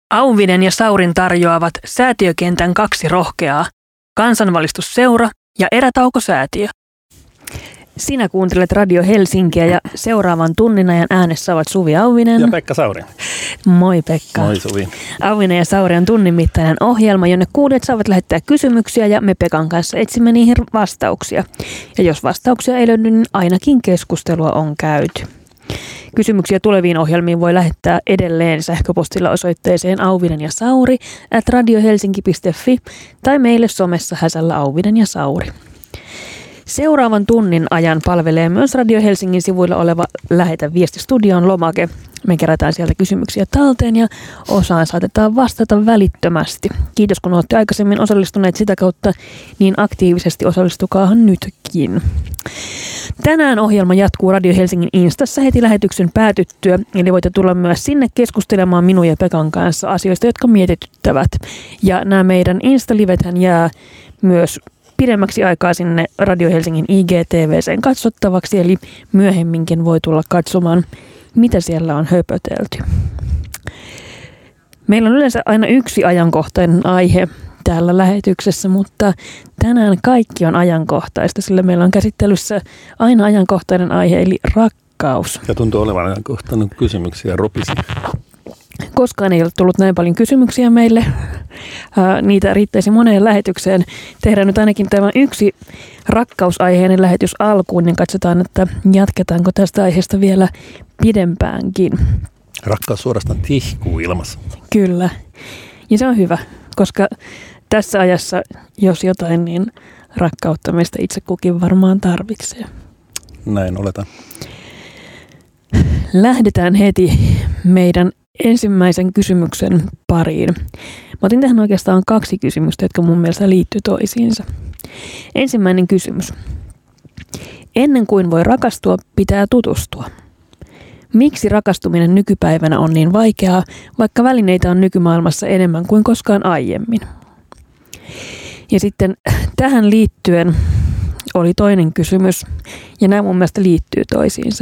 Auvinen ja Saurin tarjoavat Säätiökentän 2 rohkeaa, Kansanvalistusseura ja Erätauko-säätiö. Sinä kuuntelet Radio Helsinkiä ja seuraavan tunnin ajan äänessä ovat Suvi Auvinen ja Pekka Sauri. Moi Pekka. Moi Suvi. Auvinen ja Sauri on tunnin mittainen ohjelma, jonne kuulijat saavat lähettää kysymyksiä ja me Pekan kanssa etsimme niihin vastauksia. Ja jos vastauksia ei löydy, niin ainakin keskustelua on käyty. Kysymyksiä tuleviin ohjelmiin voi lähettää edelleen sähköpostilla osoitteeseen auvinenjasauri@radiohelsinki.fi tai meille somessa häsällä Auvinen ja Sauri. Seuraavan tunnin ajan palvelee myös Radio Helsingin sivuilla oleva Lähetä viesti studioon -lomake. Me kerätään sieltä kysymyksiä talteen ja osaan saatetaan vastata välittömästi. Kiitos kun olette aikaisemmin osallistuneet sitä kautta, niin aktiivisesti osallistukaahan nytkin. Tänään ohjelma jatkuu Radio Helsingin Instassa heti lähetyksen päätyttyä, eli voitte tulla myös sinne keskustelemaan minun ja Pekan kanssa asioista, jotka mietityttävät. Ja nämä meidän Insta-livethän jää myös pidemmäksi aikaa sinne Radio Helsingin IGTV:seen katsottavaksi, eli myöhemminkin voi tulla katsomaan, mitä siellä on höpötelty. Meillä on yleensä aina yksi ajankohtainen aihe täällä lähetyksessä, mutta tänään kaikki on ajankohtaista, sillä meillä on käsittelyssä aina ajankohtainen aihe, eli rakkaus. Ja tuntuu olevan ajankohtainen kysymyksiä ropisi. Koskaan ei ole tullut näin paljon kysymyksiä meille. Niitä riittäisi moneen lähetykseen. Tehdään nyt ainakin tämä yksi rakkausaiheinen lähetys alkuun, niin katsotaan, että jatketaanko tästä aiheesta vielä pidempäänkin. Rakkaus suorastaan tihkuu ilmassa. Kyllä. Ja se on hyvä, koska tässä ajassa, jos jotain, niin rakkautta meistä itse kukin varmaan tarvitsee. Näin oletan. Lähdetään heti meidän ensimmäisen kysymyksen pariin. Mä otin tähän oikeastaan 2 kysymystä, jotka mun mielestä liittyy toisiinsa. Ensimmäinen kysymys. Ennen kuin voi rakastua, pitää tutustua. Miksi rakastuminen nykypäivänä on niin vaikeaa, vaikka välineitä on nykymaailmassa enemmän kuin koskaan aiemmin? Ja sitten tähän liittyen oli toinen kysymys, ja nämä mun mielestä liittyy toisiinsa.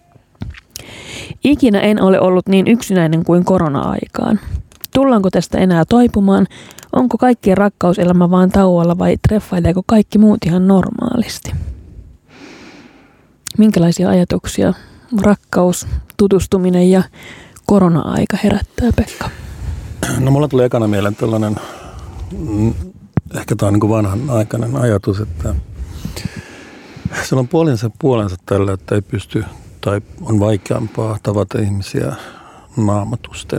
Ikinä en ole ollut niin yksinäinen kuin korona-aikaan. Tullaanko tästä enää toipumaan? Onko kaikkien rakkauselämä vaan tauolla vai treffaileeko kaikki muut ihan normaalisti? Minkälaisia ajatuksia rakkaus, tutustuminen ja korona-aika herättää, Pekka? No mulla tuli ekana mieleen tällainen, ehkä tämä on niin kuin vanhanaikainen ajatus, että sillä on puolensa tällä, että ei pysty tai on vaikeampaa tavata ihmisiä naamatusten.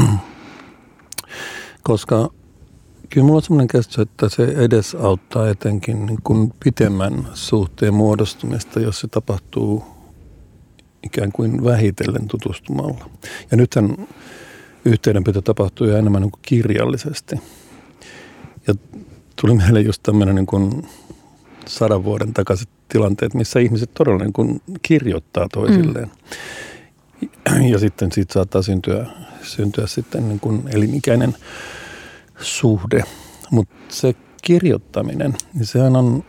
Koska kyllä mulla on sellainen käsitys, että se edesauttaa etenkin niin kuin pitemmän suhteen muodostumista, jos se tapahtuu ikään kuin vähitellen tutustumalla. Ja nythän yhteydenpito tapahtuu jo enemmän niin kuin kirjallisesti. Ja tuli mieleen just tämmöinen niin kuin 100 vuoden takaiset tilanteet, missä ihmiset todella niin kuin kirjoittaa toisilleen. Ja sitten siitä saattaa syntyä sitten niin kuin elinikäinen suhde. Mutta se kirjoittaminen, niin sehän on,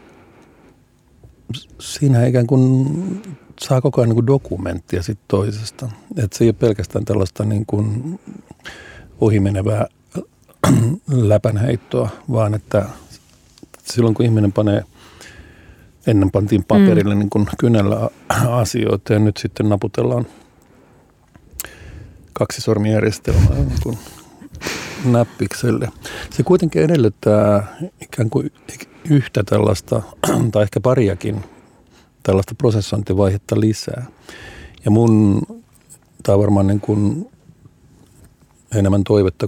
siinä ikään kuin saa koko ajan niin kuin dokumenttia sit toisesta. Että se ei ole pelkästään tällaista niin kuin ohimenevää läpänheittoa, vaan että silloin kun ihminen ennen pantiin paperille niin kuin kynällä asioita ja nyt sitten naputellaan 2 sormijärjestelmää niin kuin näppikselle. Se kuitenkin edellyttää ikään kuin yhtä tällaista, tai ehkä pariakin tällaista prosessointivaihetta lisää. Ja tämä on varmaan niin kuin enemmän toivetta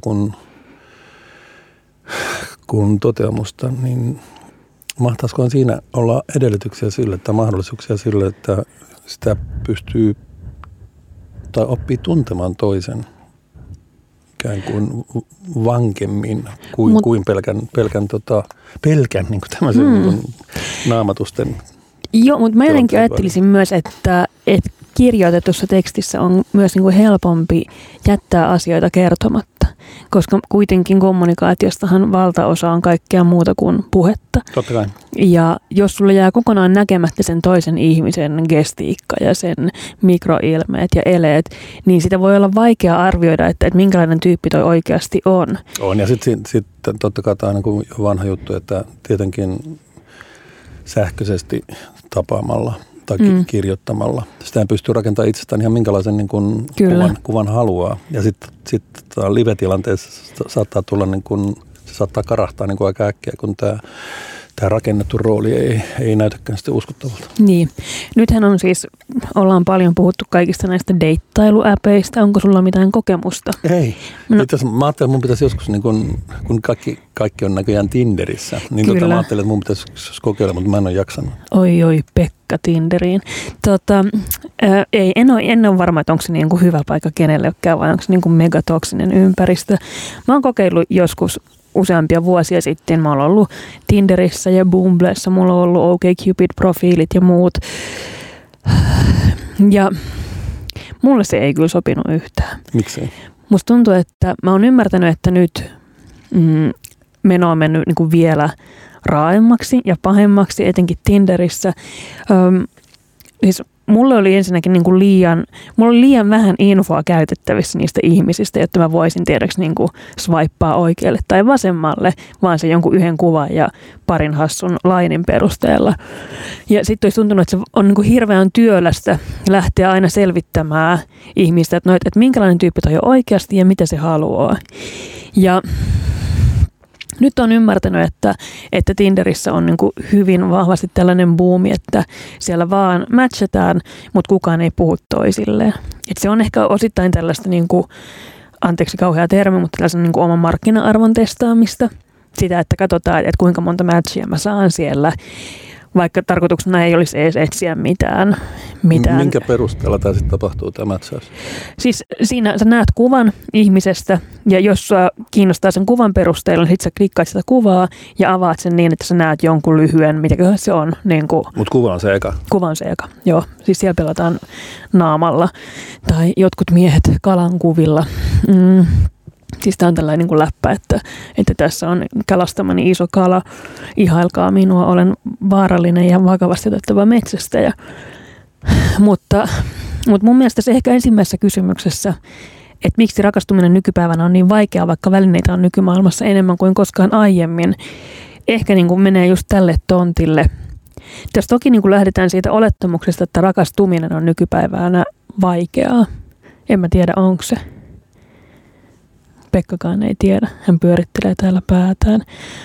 kuin toteamusta, niin mahtaisikohan siinä olla edellytyksiä sille tai mahdollisuuksia sille, että sitä pystyy tai oppii tuntemaan toisen ikään kuin vankemmin kuin pelkän niin kuin tämmöisen niin kuin naamatusten. Joo, mutta mä jotenkin ajattelisin myös, että kirjoitetussa tekstissä on myös niin kuin helpompi jättää asioita kertomatta, koska kuitenkin kommunikaatiostahan valtaosa on kaikkea muuta kuin puhetta. Totta kai. Ja jos sulle jää kokonaan näkemättä sen toisen ihmisen gestiikka ja sen mikroilmeet ja eleet, niin sitä voi olla vaikea arvioida, että minkälainen tyyppi toi oikeasti on. On, ja sitten totta kai tämä on niin vanha juttu, että tietenkin sähköisesti tapaamalla tai kirjoittamalla. Sitä pystyy rakentamaan itsestään ihan minkälaisen niin kuin kuvan haluaa. Ja sitten live-tilanteessa saattaa tulla, niin kuin, se saattaa karahtaa niin kuin aika äkkiä, kun tämä rakennettu rooli ei näytäkään sitten uskottavalta. Niin. Nythän on siis, ollaan paljon puhuttu kaikista näistä deittailuäpeistä. Onko sulla mitään kokemusta? Ei. No. Itse asiassa mä ajattelin, että mun pitäisi joskus, niin kun kaikki on näköjään Tinderissä, niin mä ajattelin, että mun pitäisi kokeilla, mutta mä en ole jaksanut. Oi, Pekka Tinderiin. En ole varma, että onko se niin kuin hyvä paikka kenellekään, vai onko se niin kuin megatoksinen ympäristö. Mä oon kokeillut joskus useampia vuosia sitten. Mä oon ollut Tinderissä ja Bumblessa, mulla on ollut OkCupid-profiilit ja muut. Ja mulle se ei kyllä sopinut yhtään. Miksei? Musta tuntuu, että mä oon ymmärtänyt, että nyt meno on mennyt niin kuin vielä raaemmaksi ja pahemmaksi, etenkin Tinderissä. Siis mulla oli ensinnäkin niin kuin liian vähän infoa käytettävissä niistä ihmisistä, jotta mä voisin tiedäks niin kuin swipea oikealle tai vasemmalle, vaan se jonkun yhden kuvan ja parin hassun lainin perusteella. Ja sitten olisi tuntunut, että se on niin kuin hirveän työlästä lähteä aina selvittämään ihmistä, että minkälainen tyyppi toi on oikeasti ja mitä se haluaa. Ja nyt on ymmärtänyt, että Tinderissä on niin kuin hyvin vahvasti tällainen buumi, että siellä vaan matchataan, mutta kukaan ei puhu toisilleen. Et se on ehkä osittain tällaista, niin kuin, anteeksi kauhea termi, mutta tällaisen niin kuin oman markkina-arvon testaamista. Sitä, että katsotaan, että kuinka monta matchia mä saan siellä, vaikka tarkoituksena ei olisi edes etsiä mitään. Minkä perusteella tämä sitten tapahtuu, tämä matchaus? Siis siinä sä näet kuvan ihmisestä, ja jos sua kiinnostaa sen kuvan perusteella, niin sit sä klikkaat sitä kuvaa ja avaat sen niin, että sä näet jonkun lyhyen, mitäköhän se on. Niin mutta kuva on se eka? Kuva on se eka, joo. Siis siellä pelataan naamalla, tai jotkut miehet kalan kuvilla. Siis tämä on tällainen niin kuin läppä, että tässä on kalastamani iso kala, ihailkaa minua, olen vaarallinen ja vakavasti otettava metsästäjä. Mutta mun mielestä se ehkä ensimmäisessä kysymyksessä, että miksi rakastuminen nykypäivänä on niin vaikeaa, vaikka välineitä on nykymaailmassa enemmän kuin koskaan aiemmin, ehkä niin kuin menee just tälle tontille. Tässä toki niin kuin lähdetään siitä olettamuksesta, että rakastuminen on nykypäivänä vaikeaa. En mä tiedä, onko se. Pekkakaan ei tiedä. Hän pyörittelee täällä päätään.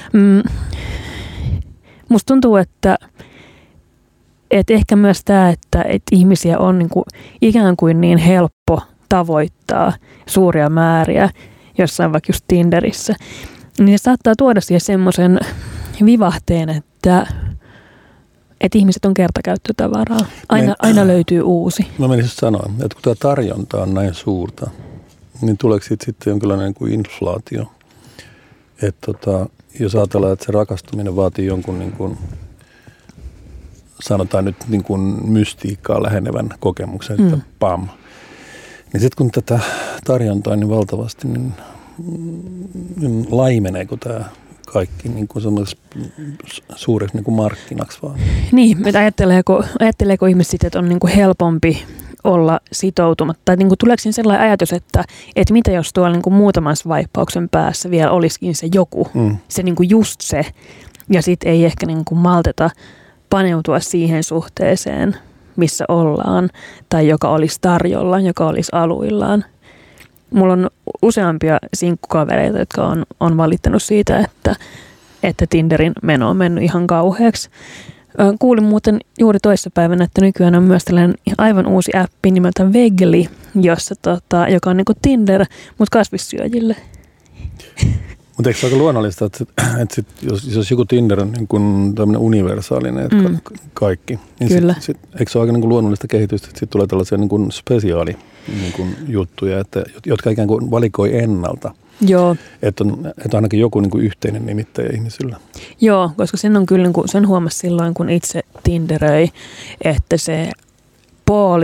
Musta tuntuu, että ehkä myös tämä, että ihmisiä on niinku ikään kuin niin helppo tavoittaa suuria määriä jossain vaikka just Tinderissä, niin se saattaa tuoda siihen semmoisen vivahteen, että ihmiset on kertakäyttötavaraa. Aina löytyy uusi. Mä menisin sanoa, että kun tämä tarjonta on näin suurta, niin tuleeko siitä sitten jonkinlainen niin kuin inflaatio? Että jos ajatellaan, että se rakastuminen vaatii jonkun, niin kuin, sanotaan nyt niin kuin mystiikkaa lähenevän kokemuksen, että pam. Niin sitten kun tätä tarjontaa niin valtavasti, niin laimeneeko tämä kaikki niin kuin semmoisessa suureksi niin kuin markkinaksi vaan? Niin, että ajatteleeko ihmiset, että on niin kuin helpompi olla sitoutumatta? Tai niin kuin, tuleeko siinä sellainen ajatus, että mitä jos tuolla niin kuin muutaman swipeauksen päässä vielä olisikin se joku, se niin kuin just se, ja sitten ei ehkä niin kuin malteta paneutua siihen suhteeseen, missä ollaan, tai joka olisi tarjolla, joka olisi aluillaan. Mulla on useampia sinkkukavereita, jotka on valittanut siitä, että Tinderin meno on mennyt ihan kauheaksi. Kuulin muuten juuri toissapäivänä, että nykyään on myös tällainen aivan uusi appi nimeltä Vegli, joka on niin kuin Tinder, mutta kasvissyöjille. Mutta eikö se ole aika luonnollista, että jos joku Tinder on niin kuin tämmöinen universaalinen, että kaikki, niin eikö se ole aika niin kuin luonnollista kehitystä, että sitten tulee tällaisia niin kuin spesiaali niin kuin juttuja, jotka ikään kuin valikoi ennalta. Joo. Että on ainakin joku niin kuin yhteinen nimittäjä ihmisillä. Joo, koska sen on kyllä, sen huomasi silloin, kun itse Tinderöi, että se pooli,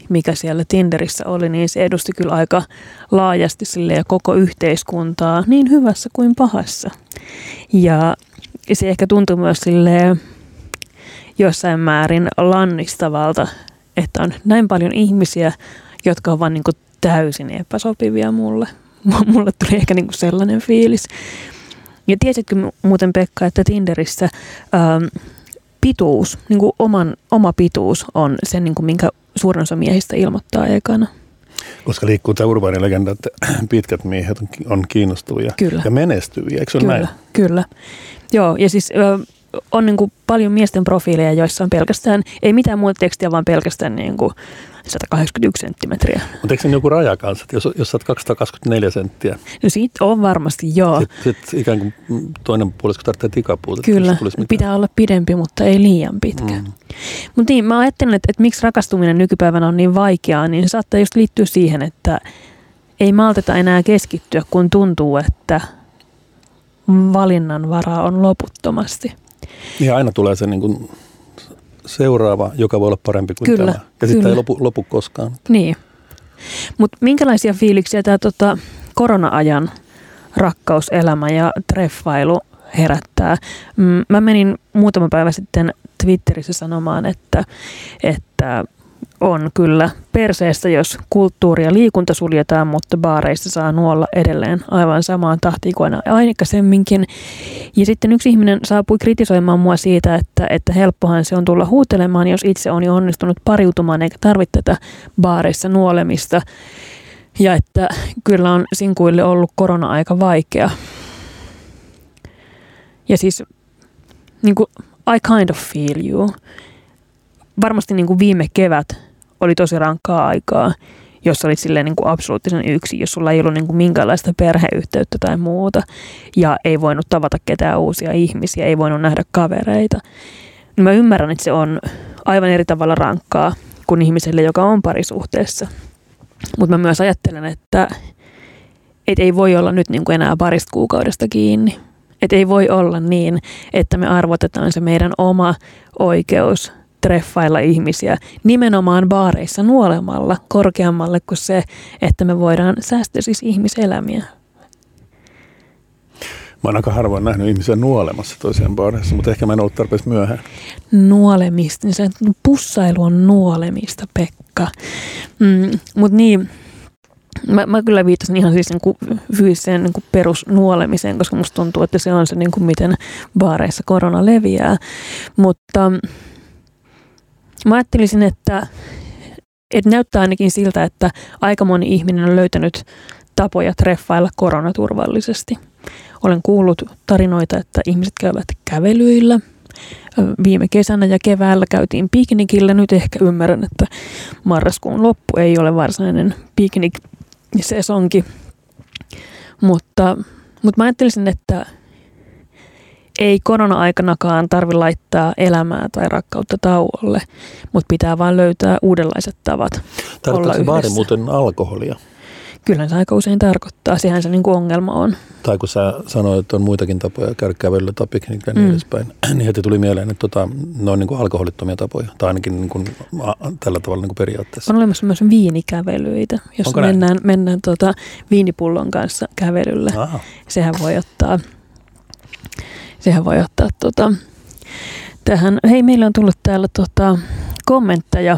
mikä siellä Tinderissä oli, niin se edusti kyllä aika laajasti silleen koko yhteiskuntaa, niin hyvässä kuin pahassa. Ja se ehkä tuntui myös silleen jossain määrin lannistavalta, että on näin paljon ihmisiä, jotka on vaan niin kuin täysin epäsopivia mulle. Mulle tuli ehkä niin kuin sellainen fiilis. Ja tiesitkö muuten, Pekka, että Tinderissä pituus, niin kuin oma pituus on se, niin kuin minkä suurin osa miehistä ilmoittaa ekana? Koska liikkuu tämä urbaani legenda, että pitkät miehet on kiinnostavia ja menestyviä, eikö se ole näin? Kyllä. Joo, ja siis on niin kuin paljon miesten profiileja, joissa on pelkästään, ei mitään muuta tekstiä, vaan pelkästään niin kuin 181 senttimetriä. Mutta eikö se joku raja kanssa, että jos sä oot 224 senttiä? No siitä on varmasti, joo. Sitten ikään kuin toinen puolisko tarvitsee tikapuuta. Kyllä, pitää olla pidempi, mutta ei liian pitkä. Mutta niin, mä ajattelen, että miksi rakastuminen nykypäivänä on niin vaikeaa, niin se saattaa just liittyä siihen, että ei malteta enää keskittyä, kun tuntuu, että valinnanvaraa on loputtomasti. Ja aina tulee se niin kuin seuraava, joka voi olla parempi kuin tämä. Ja sitten ei lopu koskaan. Niin. Mutta minkälaisia fiiliksiä tämä korona-ajan rakkauselämä ja treffailu herättää? Mä menin muutama päivä sitten Twitterissä sanomaan, että on kyllä perseestä, jos kulttuuri ja liikunta suljetaan, mutta baareissa saa nuolla edelleen aivan samaan tahtiin kuin aikaisemminkin. Ja sitten yksi ihminen saapui kritisoimaan mua siitä, että helppohan se on tulla huutelemaan, jos itse on jo onnistunut pariutumaan eikä tarvitse tätä baareissa nuolemista. Ja että kyllä on sinkuille ollut korona-aika vaikea. Ja siis niin kuin, I kind of feel you. Varmasti niin kuin viime kevät oli tosi rankkaa aikaa, jos olit silleen niin kuin absoluuttisen yksin, jos sulla ei ollut niin kuin minkäänlaista perheyhteyttä tai muuta ja ei voinut tavata ketään uusia ihmisiä, ei voinut nähdä kavereita. Mä ymmärrän, että se on aivan eri tavalla rankkaa kuin ihmiselle, joka on parisuhteessa. Mutta mä myös ajattelen, että ei voi olla nyt niin kuin enää parista kuukaudesta kiinni. Että ei voi olla niin, että me arvotetaan se meidän oma oikeus treffailla ihmisiä nimenomaan baareissa nuolemalla korkeammalle kuin se, että me voidaan säästää siis ihmiselämiä. Mä oon aika harvoin nähnyt ihmisiä nuolemassa toisiaan baareissa, mutta ehkä mä en ollut tarpeeksi myöhään. Nuolemista, niin se pussailu on nuolemista, Pekka. Mutta niin, mä kyllä viittasin ihan siis niinku fyysiseen niinku perusnuolemiseen, koska musta tuntuu, että se on se niinku miten baareissa korona leviää. Mutta mä ajattelisin, että näyttää ainakin siltä, että aika moni ihminen on löytänyt tapoja treffailla koronaturvallisesti. Olen kuullut tarinoita, että ihmiset käyvät kävelyillä. Viime kesänä ja keväällä käytiin piknikillä. Nyt ehkä ymmärrän, että marraskuun loppu ei ole varsinainen piknik-sesonki. Mutta mä ajattelisin, että ei korona-aikanakaan tarvitse laittaa elämää tai rakkautta tauolle, mutta pitää vaan löytää uudenlaiset tavat olla yhdessä. Tarkoitatko se baari muuten alkoholia? Kyllähän se aika usein tarkoittaa. Sehän se niin kuin ongelma on. Tai kun sä sanoit, että on muitakin tapoja käydä kävelyllä tai piknikillä ja niin edespäin, niin heti tuli mieleen, että ne on niin kuin alkoholittomia tapoja. Tai ainakin niin kuin tällä tavalla niin kuin periaatteessa. On olemassa myös viinikävelyitä, jos mennään viinipullon kanssa kävelyllä. Aha. Sehän voi ottaa tähän. Hei, meillä on tullut täällä kommentteja.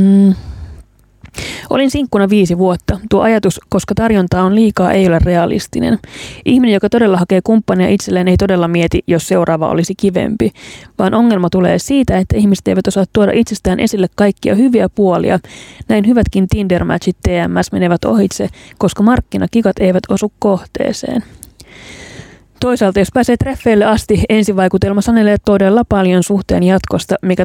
Olin sinkkuna 5 vuotta. Tuo ajatus, koska tarjontaa on liikaa, ei ole realistinen. Ihminen, joka todella hakee kumppania itselleen, ei todella mieti, jos seuraava olisi kivempi. Vaan ongelma tulee siitä, että ihmiset eivät osaa tuoda itsestään esille kaikkia hyviä puolia. Näin hyvätkin Tinder-matchit TMS menevät ohitse, koska markkinakikat eivät osu kohteeseen. Toisaalta, jos pääsee treffeille asti, ensivaikutelma sanelee todella paljon suhteen jatkosta, mikä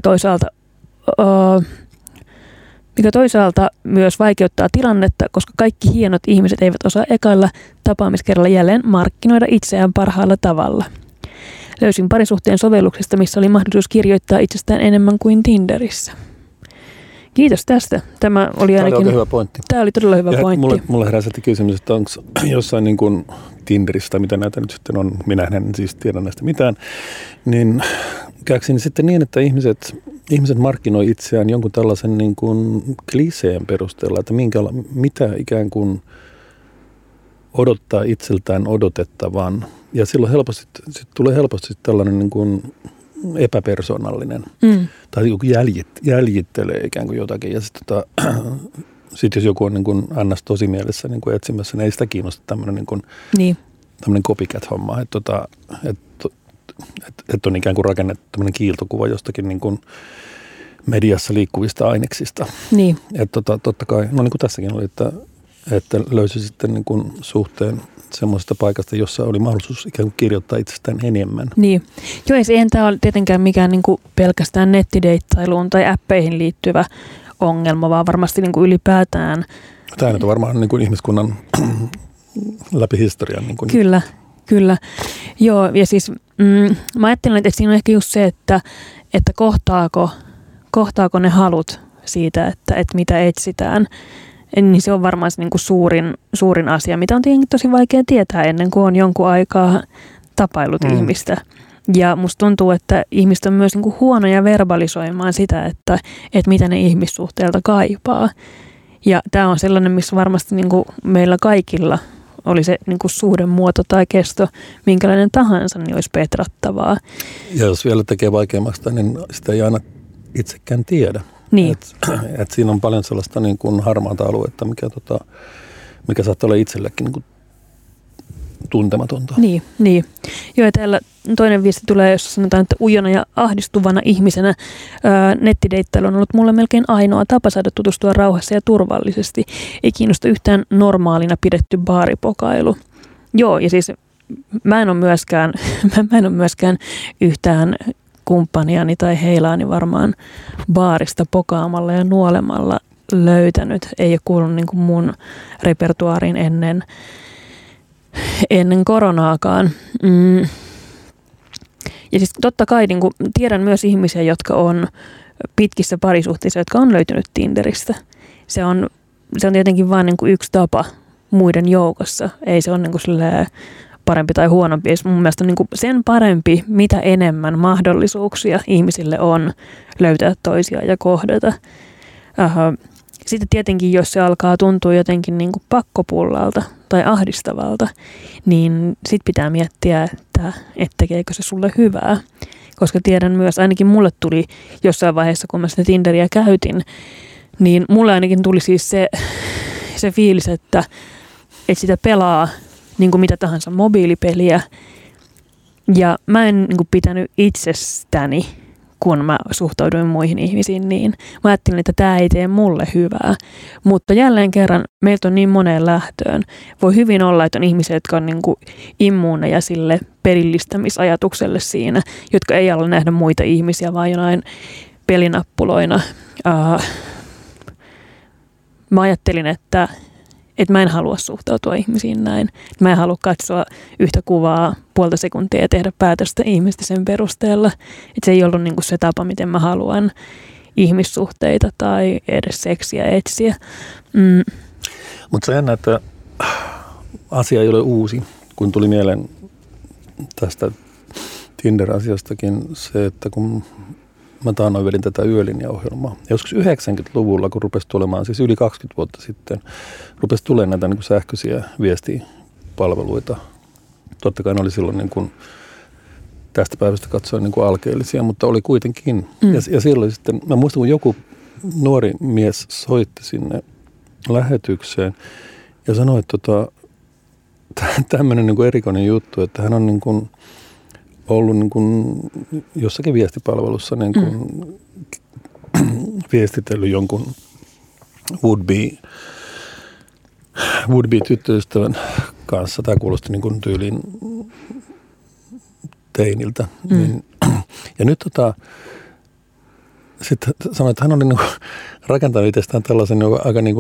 toisaalta myös vaikeuttaa tilannetta, koska kaikki hienot ihmiset eivät osaa ekalla tapaamiskerralla jälleen markkinoida itseään parhaalla tavalla. Löysin parisuhteen sovelluksesta, missä oli mahdollisuus kirjoittaa itsestään enemmän kuin Tinderissä. Kiitos tästä. Tämä oli hyvä pointti. Tämä oli todella hyvä pointti. Mulle heräsi kysymys, että onko jossain niin kuin Tinderistä, mitä näitä nyt sitten on, minä en siis tiedä näistä mitään, niin käykö sitten niin, että ihmiset ihmiset markkinoi itseään jonkun tällaisen niin kuin kliseen perusteella, että mitä ikään kuin odottaa itseltään odotettavan. Ja silloin tulee helposti tällainen niin kuin epäpersonallinen. Tai joku jäljittelee ikään kuin jotakin. Ja sitten jos joku on niin kuin ns. Tosi mielessä niin kuin etsimässä, niin ei sitä kiinnosta tämmöinen niin kuin tämmöinen copycat-homma. Että on ikään kuin rakennettu tämmöinen kiiltokuva jostakin niin kuin mediassa liikkuvista aineksista. Niin. Että totta kai, no niin kuin tässäkin oli, että löysi sitten niin kuin suhteen semmoisesta paikasta, jossa oli mahdollisuus ikään kuin kirjoittaa itsestään enemmän. Niin. Joo, eihän tämä ole tietenkään mikään niin kuin pelkästään nettideittailuun tai appeihin liittyvä ongelma, vaan varmasti niin kuin ylipäätään. Tämä on varmaan niin kuin ihmiskunnan läpi historian. Niin kuin Kyllä. Joo, ja siis mä ajattelen, että siinä on ehkä just se, että kohtaako ne halut siitä, että mitä etsitään. Niin se on varmaan se niin kuin suurin asia, mitä on tietenkin tosi vaikea tietää ennen kuin on jonkun aikaa tapaillut ihmistä. Ja musta tuntuu, että ihmiset on myös niin kuin huonoja verbalisoimaan sitä, että mitä ne ihmissuhteelta kaipaa. Ja tämä on sellainen, missä varmasti niin kuin meillä kaikilla oli se niin kuin suhdemuoto tai kesto, minkälainen tahansa, niin olisi petrattavaa. Ja jos vielä tekee vaikeammasta, niin sitä ei aina itsekään tiedä. Niin. Et siinä on paljon sellaista niin kuin harmaata aluetta, mikä saattaa olla itsellekin niin kuin tuntematonta. Niin. Joo, ja täällä toinen viesti tulee, jossa sanotaan, että ujona ja ahdistuvana ihmisenä nettideittailu on ollut mulle melkein ainoa tapa saada tutustua rauhassa ja turvallisesti. Ei kiinnosta yhtään normaalina pidetty baaripokailu. Joo, ja siis mä en ole myöskään yhtään kumppaniani tai heilaani varmaan baarista pokaamalla ja nuolemalla löytänyt. Ei ole kuulunut niin kuin mun repertuaariin ennen koronaakaan. Ja siis totta kai niin kuin tiedän myös ihmisiä, jotka on pitkissä parisuhteissa, jotka on löytynyt Tinderistä. Se on tietenkin vain niin kuin yksi tapa muiden joukossa. Ei se ole niin kuin parempi tai huonompi. Mun mielestä on niin kuin sen parempi, mitä enemmän mahdollisuuksia ihmisille on löytää toisiaan ja kohdata. Sitten tietenkin, jos se alkaa tuntua jotenkin niin kuin pakkopullalta tai ahdistavalta, niin sit pitää miettiä, että tekeekö se sulle hyvää. Koska tiedän myös, ainakin mulle tuli jossain vaiheessa, kun mä sitä Tinderiä käytin, niin mulle ainakin tuli siis se fiilis, että sitä pelaa niin kuin mitä tahansa mobiilipeliä. Ja mä en niin kuin pitänyt itsestäni, kun mä suhtauduin muihin ihmisiin niin. Mä ajattelin, että tämä ei tee mulle hyvää. Mutta jälleen kerran meiltä on niin moneen lähtöön. Voi hyvin olla, että on ihmisiä, jotka on niin kuin immuuneja sille perillistämisajatukselle siinä, jotka ei halua nähdä muita ihmisiä, vaan jonain pelinappuloina. Mä ajattelin, että mä en halua suhtautua ihmisiin näin. Mä en halua katsoa yhtä kuvaa puolta sekuntia ja tehdä päätöstä ihmistä sen perusteella. Että se ei ollut niinku se tapa, miten mä haluan ihmissuhteita tai edes seksiä etsiä. Mutta se on jännä, että asia ei ole uusi. Kun tuli mieleen tästä Tinder-asiastakin se, että kun mä taannoin vedin tätä yölinja-ohjelmaa. Joskus 90-luvulla, kun rupesi tulemaan, siis yli 20 vuotta sitten, rupesi tulemaan näitä niin kuin sähköisiä viestipalveluita. Totta kai ne oli silloin niin kuin tästä päivästä katsoen niin kuin alkeellisia, mutta oli kuitenkin. Ja silloin sitten, mä muistan, kun joku nuori mies soitti sinne lähetykseen ja sanoi, että tämmöinen niin kuin erikoinen juttu, että hän on niin kuin ollut niin kuin jossakin viestipalvelussa niin kuin viestitellyt jonkun would-be tyttöystävän kanssa. Tämä kuulosti niin kuin tyyliin teiniltä. Ja nyt sitten sanoi, että hän oli niin kuin rakentanut itsestään tällaisen aika niin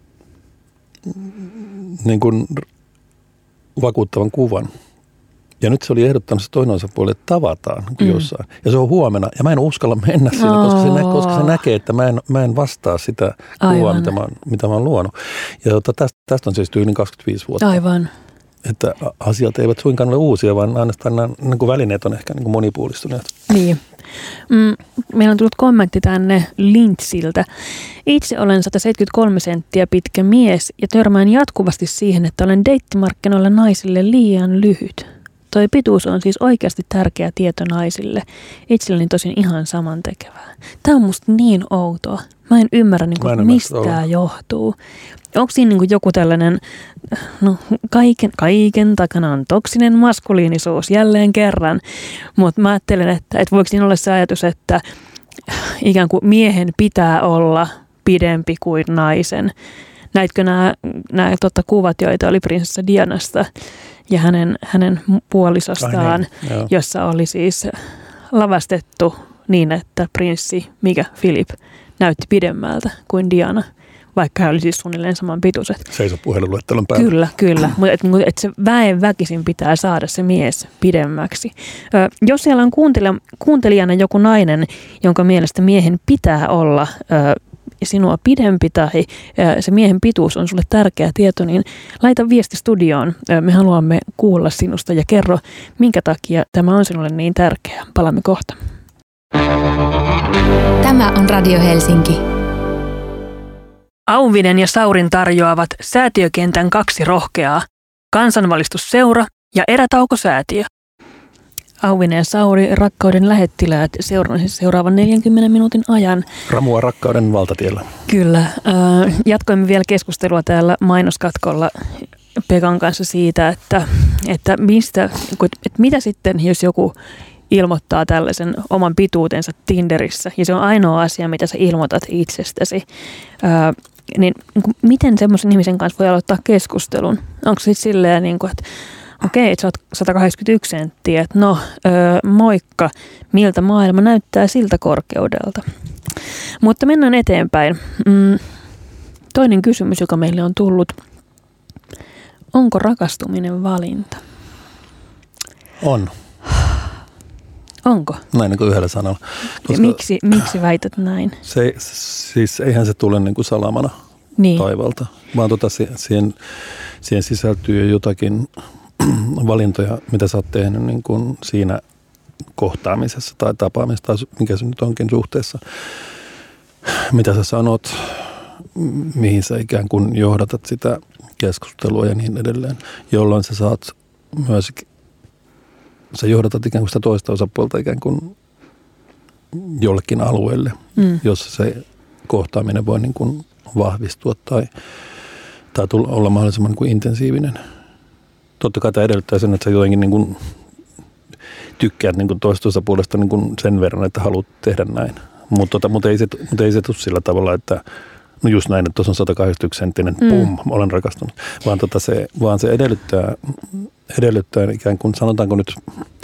kuin vakuuttavan kuvan. Ja nyt se oli ehdottanut se toinen osapuoli, että tavataan jossain. Ja se on huomenna. Ja mä en uskalla mennä sinne, koska se näkee, että mä en vastaa sitä kuvaa, mitä mä oon luonut. Ja tästä on siis tyyliin 25 vuotta. Aivan. Että asiat eivät suinkaan ole uusia, vaan ainoastaan nämä niin kuin välineet on ehkä niin kuin monipuolistuneet. Niin. Meillä on tullut kommentti tänne Lintsiltä. Itse olen 173 senttiä pitkä mies ja törmään jatkuvasti siihen, että olen deittimarkkinoilla naisille liian lyhyt. Toi pituus on siis oikeasti tärkeä tieto naisille. Itselleni tosin ihan samantekevää. Tämä on musta niin outoa. Mä en ymmärrä, mistä tämä johtuu. Onko siinä joku tällainen, kaiken takana on toksinen maskuliinisuus jälleen kerran. Mutta mä ajattelen, että voiko siinä olla se ajatus, että ikään kuin miehen pitää olla pidempi kuin naisen. Näitkö nämä kuvat, joita oli prinsessa Dianasta ja hänen puolisostaan, jossa oli siis lavastettu niin, että prinssi Philip näytti pidemmältä kuin Diana, vaikka hän oli siis suunnilleen saman pituiset. Seiso puhelinluettelon päällä. Kyllä. Mutta et se väen väkisin pitää saada se mies pidemmäksi. Jos siellä on kuuntelijana joku nainen, jonka mielestä miehen pitää olla sinua pidempi tai se miehen pituus on sulle tärkeä tieto, niin laita viesti studioon. Me haluamme kuulla sinusta ja kerro, minkä takia tämä on sinulle niin tärkeää. Palaamme kohta. Tämä on Radio Helsinki. Auvinen ja Saurin tarjoavat Säätiökentän 2 rohkeaa, Kansanvalistusseura ja Erätauko-säätiö. Auvinen ja Sauri, rakkauden lähettiläät, seuraavan 40 minuutin ajan. Ramua rakkauden valtatiellä. Kyllä. Jatkoimme vielä keskustelua täällä mainoskatkolla Pekan kanssa siitä, että mitä sitten, jos joku ilmoittaa tällaisen oman pituutensa Tinderissä, ja se on ainoa asia, mitä sä ilmoitat itsestäsi, niin miten semmoisen ihmisen kanssa voi aloittaa keskustelun? Onko se silleen, että okei, että sä oot 181 senttiä, että moikka, miltä maailma näyttää siltä korkeudelta. Mutta mennään eteenpäin. Toinen kysymys, joka meille on tullut, onko rakastuminen valinta? On. Onko? Näin niin kuin yhdellä sanalla. Miksi väität näin? Siis eihän se tule niin kuin salamana taivalta, vaan siihen sisältyy jotakin valintoja, mitä sä oot tehnyt niin kuin siinä kohtaamisessa tai tapaamisessa, tai mikä se nyt onkin suhteessa, mitä sä sanot, mihin sä ikään kuin johdatat sitä keskustelua ja niin edelleen, jolloin sä saat myös, sä johdatat ikään kuin sitä toista osapuolta ikään kuin jollekin alueelle, jossa se kohtaaminen voi niin kuin vahvistua tai olla mahdollisimman niin kuin intensiivinen. Totta kai tämä edellyttää sen, että sä jotenkin niin kuin tykkäät niin kuin toista osapuolesta niin kuin sen verran, että haluat tehdä näin. Mutta ei se tule sillä tavalla, että no just näin, että tuossa on 181 senttinen, pum, olen rakastunut. Vaan se edellyttää ikään kuin, sanotaanko nyt,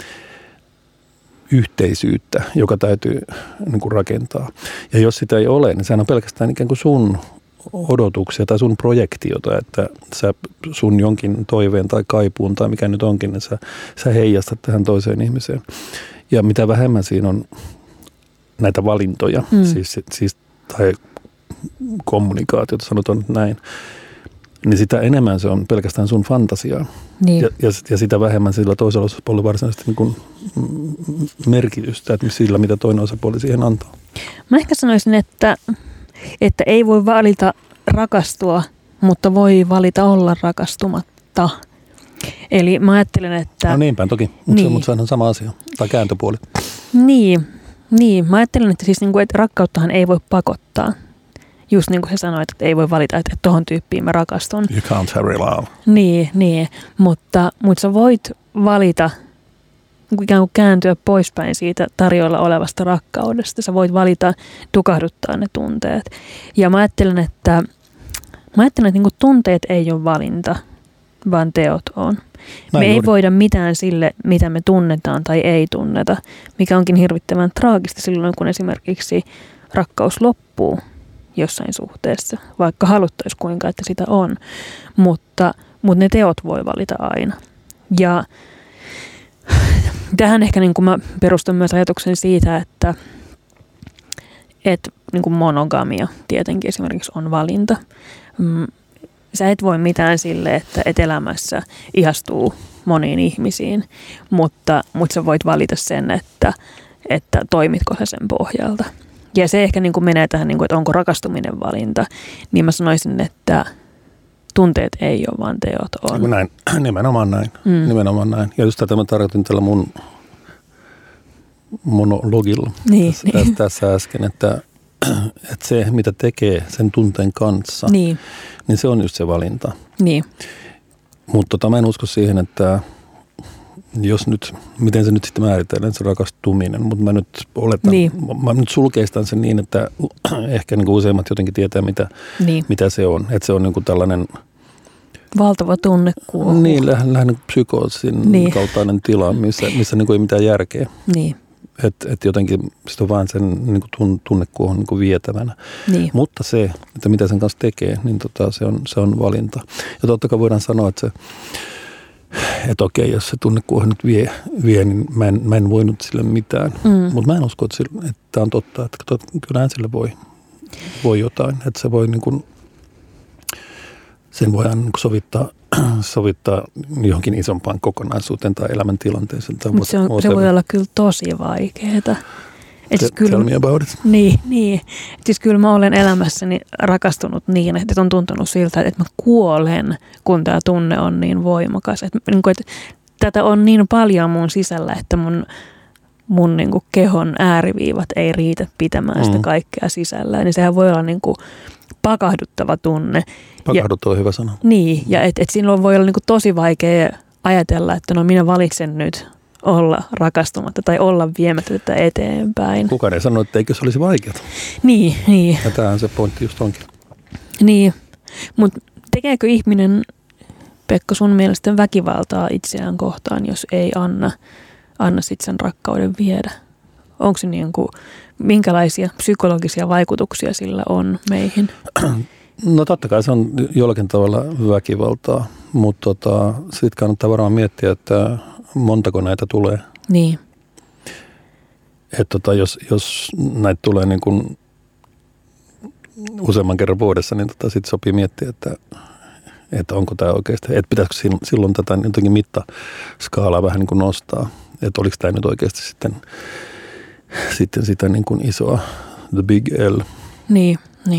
yhteisyyttä, joka täytyy niin kuin rakentaa. Ja jos sitä ei ole, niin sehän on pelkästään ikään kuin sun odotuksia tai sun projektiota, että sä sun jonkin toiveen tai kaipuun tai mikä nyt onkin, niin sä heijastat tähän toiseen ihmiseen. Ja mitä vähemmän siinä on näitä valintoja, siis tai kommunikaatiota, sanotaan näin, niin sitä enemmän se on pelkästään sun fantasiaa. Niin. Ja sitä vähemmän sillä toisella osapuolella varsinaisesti niin kuin merkitystä, että sillä mitä toinen osapuoli siihen antaa. Mä ehkä sanoisin, että ei voi valita rakastua, mutta voi valita olla rakastumatta. Eli mä ajattelen, että... No niinpä toki, mutta se on sama asia, tai kääntöpuoli. Niin, mä ajattelen, että siis että rakkauttahan ei voi pakottaa. Just niin kuin sä sanoit, että ei voi valita, että tohon tyyppiin mä rakastun. You can't hurry love. Niin, mutta sä voit valita, ikään kuin kääntyä poispäin siitä tarjolla olevasta rakkaudesta. Sä voit valita tukahduttaa ne tunteet. Ja mä ajattelen, että niin kuin tunteet ei ole valinta, vaan teot on. Me ei voida mitään sille, mitä me tunnetaan tai ei tunneta, mikä onkin hirvittävän traagista silloin, kun esimerkiksi rakkaus loppuu jossain suhteessa, vaikka haluttaisiin kuinka, että sitä on. Mutta ne teot voi valita aina. Ja tähän ehkä niin kuin mä perustun myös ajatuksen siitä, että niin kuin monogamia tietenkin esimerkiksi on valinta. Sä et voi mitään sille, että elämässä ihastuu moniin ihmisiin, mutta sä voit valita sen, että että toimitko sä sen pohjalta. Ja se ehkä niin kuin menee tähän, niin kuin, että onko rakastuminen valinta, niin mä sanoisin, että tunteet ei ole, vaan teot on. Näin, nimenomaan näin. Nimenomaan näin. Ja just tätä mä tarkoitin tällä mun monologilla tässä äsken, että se, mitä tekee sen tunteen kanssa, niin se on just se valinta. Niin. Mutta mä en usko siihen, että jos nyt, miten se nyt sitten määritellään, se rakastuminen, mutta mä nyt oletan, mä nyt sulkeistan sen niin, että ehkä niin kuin useimmat jotenkin tietää, mitä se on. Että se on niin kuin tällainen valtava tunnekuohu. Niin, lähinnä psykoosin kaltainen tila, missä niin kuin ei mitään järkeä. Niin. Että jotenkin sit on vaan sen niin kuin tunnekuohun niin kuin vietävänä. Niin. Mutta se, että mitä sen kanssa tekee, niin se on valinta. Ja totta kai voidaan sanoa, että että okei, jos se tunnekuohu nyt vie niin mä en voinut sille mitään. Mutta mä en usko, että tämä on totta. Että kyllähän sille voi jotain. Että se voi niin kuin, sen voidaan niin kuin sovittaa johonkin isompaan kokonaisuuteen tai elämäntilanteeseen. Mutta se voi olla kyllä tosi vaikeaa. Tell me about it. Niin. Siis kyllä mä olen elämässäni rakastunut niin, että on tuntunut siltä, että mä kuolen, kun tämä tunne on niin voimakas. Että tätä on niin paljon mun sisällä, että mun niin kuin kehon ääriviivat ei riitä pitämään sitä kaikkea sisällä. Niin sehän voi olla niin kuin pakahduttava tunne. Pakahduttava hyvä sana. Niin, ja et silloin voi olla niin kuin tosi vaikea ajatella, että no minä valitsen nyt olla rakastumatta tai olla viemättä tätä eteenpäin. Kukaan ei sano, että eikö se olisi vaikeaa. Niin. Ja tämähän se pointti just onkin. Niin, mutta tekeekö ihminen, Pekka, sun mielestä väkivaltaa itseään kohtaan, jos ei anna sit sen rakkauden viedä? Onko se niin kuin, minkälaisia psykologisia vaikutuksia sillä on meihin? No totta kai se on jollakin tavalla väkivaltaa, mutta sitten kannattaa varmaan miettiä, että montako näitä tulee. Niin. Että jos näitä tulee niin kuin useamman kerran vuodessa, niin sitten sopii miettiä, että onko tämä oikeasti, että pitäisikö silloin tätä jotenkin mittaskaalaa vähän niin kuin nostaa, että oliko tämä nyt oikeasti sitten sitä niin kuin isoa, the big L. Niin.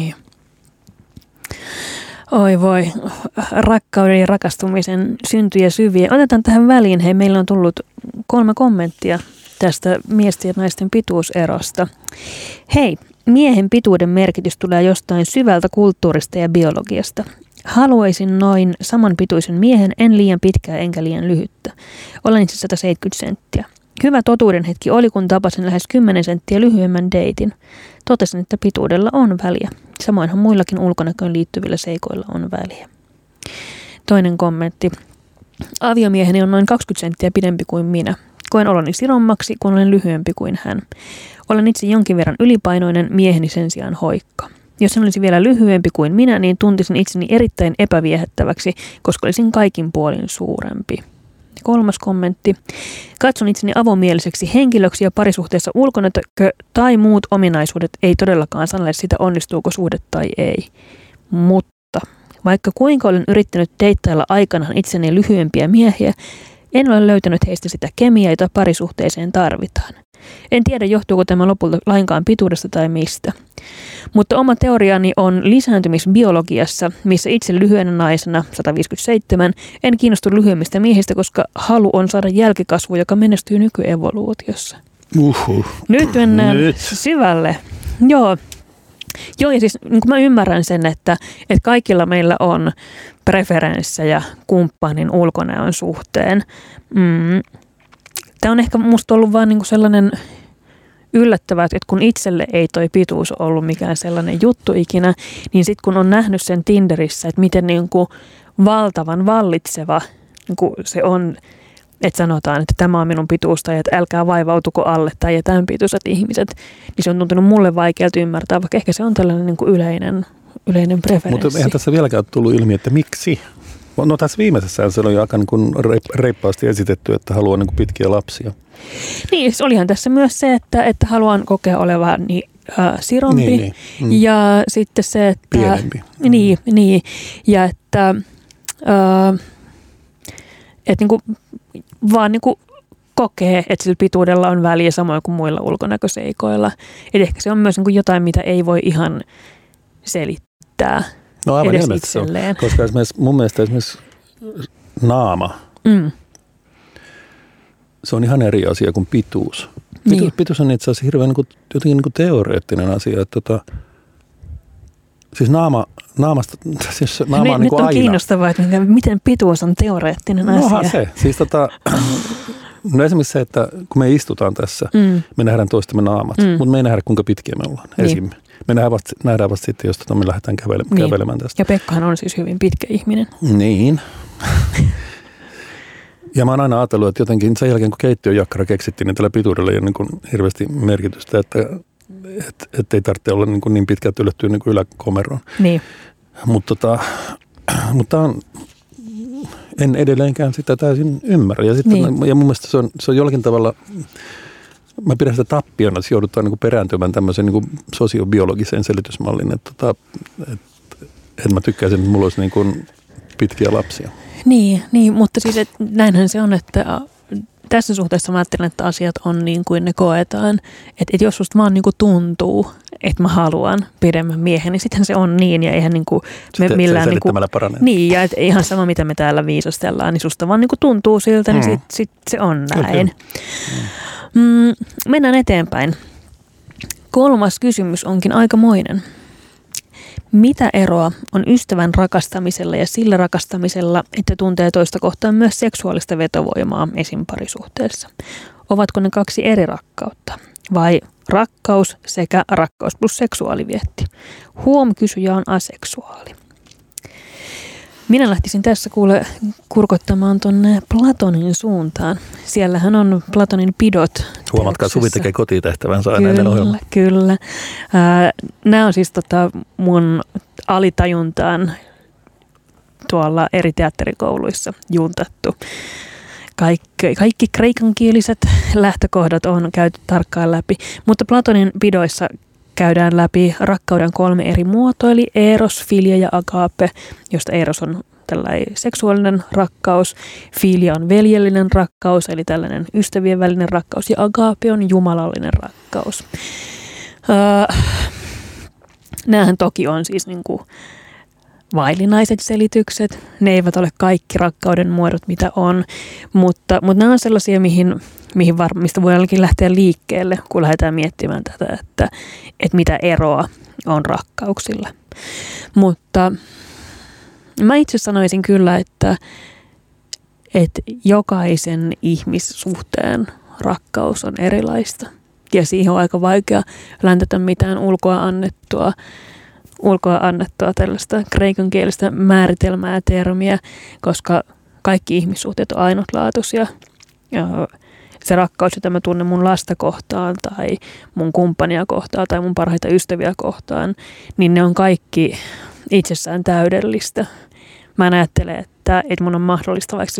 Oi voi, rakkauden ja rakastumisen syntyjä syviä. Otetaan tähän väliin. Hei, meillä on tullut 3 kommenttia tästä miesten ja naisten pituuserosta. Hei, miehen pituuden merkitys tulee jostain syvältä kulttuurista ja biologiasta. Haluaisin noin saman pituisen miehen, en liian pitkää enkä liian lyhyttä. Olen itse 170 senttiä. Hyvä totuuden hetki oli, kun tapasin lähes 10 senttiä lyhyemmän deitin. Totesin, että pituudella on väliä. Samoinhan muillakin ulkonäköön liittyvillä seikoilla on väliä. Toinen kommentti. Aviomieheni on noin 20 senttiä pidempi kuin minä. Koen oloni sirommaksi, kun olen lyhyempi kuin hän. Olen itse jonkin verran ylipainoinen, mieheni sen sijaan hoikka. Jos hän olisi vielä lyhyempi kuin minä, niin tuntisin itseni erittäin epäviehättäväksi, koska olisin kaikin puolin suurempi. 3. kommentti. Katson itseni avomieliseksi henkilöksi ja parisuhteessa ulkonäkö tai muut ominaisuudet ei todellakaan sanelle sitä, onnistuuko suhde tai ei. Mutta vaikka kuinka olen yrittänyt deittailla aikanaan itseni lyhyempiä miehiä, en ole löytänyt heistä sitä kemiaa, jota parisuhteeseen tarvitaan. En tiedä, johtuuko tämä lopulta lainkaan pituudesta tai mistä. Mutta oma teoriani on lisääntymisbiologiassa, missä itse lyhyenä naisena, 157, en kiinnostu lyhyemmistä miehistä, koska halu on saada jälkikasvu, joka menestyy nykyevoluutiossa. Nyt mennään syvälle. Joo, ja siis niin mä ymmärrän sen, että kaikilla meillä on preferenssejä kumppanin ulkonäön suhteen. Tämä on ehkä musta ollut vaan niinku sellainen yllättävää, että kun itselle ei toi pituus ollut mikään sellainen juttu ikinä, niin sitten kun on nähnyt sen Tinderissä, että miten niinku valtavan vallitseva niinku se on, että sanotaan, että tämä on minun pituus tai että älkää vaivautuko alle tai tämän pituiset ihmiset, niin se on tuntunut mulle vaikealta ymmärtää, vaikka ehkä se on tällainen niinku yleinen preferenssi. Mutta eihän tässä vieläkään tullut ilmi, että miksi? No tässä viimeisessä se oli aika niin reippaasti esitetty, että haluaa niin pitkiä lapsia. Niin, olihan tässä myös se, että haluan kokea olevani sirompi ja sitten se, että pienempi. Niin, ja että niin kuin, vaan niin kuin kokee, että sillä pituudella on väliä samoin kuin muilla ulkonäköseikoilla. Et ehkä se on myös niin kuin jotain, mitä ei voi ihan selittää. No aivan ilmeisesti se on, koska mun mielestä esimerkiksi naama, se on ihan eri asia kuin pituus. Niin. Pituus on itse asiassa hirveän jotenkin teoreettinen asia. Että siis naamasta, siis naama on nyt on aina. Kiinnostavaa, että miten pituus on teoreettinen asia. Nohan se. Siis no esimerkiksi se, että kun me istutaan tässä, me nähdään toistemme naamat, mutta me ei nähdä kuinka pitkiä me ollaan. Niin. Me nähdään vasta sitten, jos me lähdetään kävelemään tästä. Ja Pekkahan on siis hyvin pitkä ihminen. Niin. Ja mä oon aina ajatellut, että jotenkin sen jälkeen, kun keittiöjakkara keksittiin, niin tällä pituudella ei ole niin kuin hirveästi merkitystä, että ei tarvitse olla niin pitkä, että yllättyy niin kuin yläkomeroon. Niin. Mutta on, en edelleenkään sitä täysin ymmärrä. Ja, sitten, ja mun mielestä se on jollakin tavalla, mä pidän sitä tappiona, että joudutaan niin kuin perääntymään tämmöiseen niin kuin sosiobiologiseen selitysmalliin, että mä tykkäisin, että mulla olisi niin kuin pitkiä lapsia. Niin, mutta siis näinhän se on, että tässä suhteessa mä ajattelen, että asiat on niin kuin ne koetaan. Että jos susta vaan niin kuin tuntuu, että mä haluan pidemmän miehen, niin sittenhän se on niin. Ja eihän niin kuin me millään niin kuin, paranee. Niin, ja ihan sama mitä me täällä viisastellaan, niin susta vaan niin kuin tuntuu siltä, niin sit se on näin. Mennään eteenpäin. 3. kysymys onkin aikamoinen. Mitä eroa on ystävän rakastamisella ja sillä rakastamisella, että tuntee toista kohtaan myös seksuaalista vetovoimaa esim. Parisuhteessa? Ovatko ne 2 eri rakkautta? Vai rakkaus sekä rakkaus plus seksuaalivietti? Kysyjä on aseksuaali. Minä lähtisin tässä kurkottamaan tuonne Platonin suuntaan. Siellähän on Platonin pidot. Huomatkaa, Suvi tekee kotitehtävänsä aina ennen ohjelmaa. Kyllä. Nämä on siis mun alitajuntaan tuolla eri teatterikouluissa juntattu. Kaikki kreikankieliset lähtökohdat on käyty tarkkaan läpi, mutta Platonin pidoissa käydään läpi rakkauden 3 eri muotoa, eli eros, filia ja agape, josta eros on tällainen seksuaalinen rakkaus, filia on veljellinen rakkaus, eli tällainen ystävien välinen rakkaus, ja agape on jumalallinen rakkaus. Nämähän toki on siis niin kuin vaillinaiset selitykset. Ne eivät ole kaikki rakkauden muodot, mitä on, mutta nämä on sellaisia, mistä voi ainakin lähteä liikkeelle, kun lähdetään miettimään tätä, että mitä eroa on rakkauksilla. Mutta mä itse sanoisin kyllä, että jokaisen ihmissuhteen rakkaus on erilaista. Ja siihen on aika vaikea läntätä mitään ulkoa annettua tällaista kreikankielistä määritelmää ja termiä, koska kaikki ihmissuhteet on ainutlaatuisia. Ja se rakkaus, jota mä tunnen mun lasta kohtaan tai mun kumppania kohtaan tai mun parhaita ystäviä kohtaan, niin ne on kaikki itsessään täydellistä. Mä en ajattele, että mun on mahdollista vaikka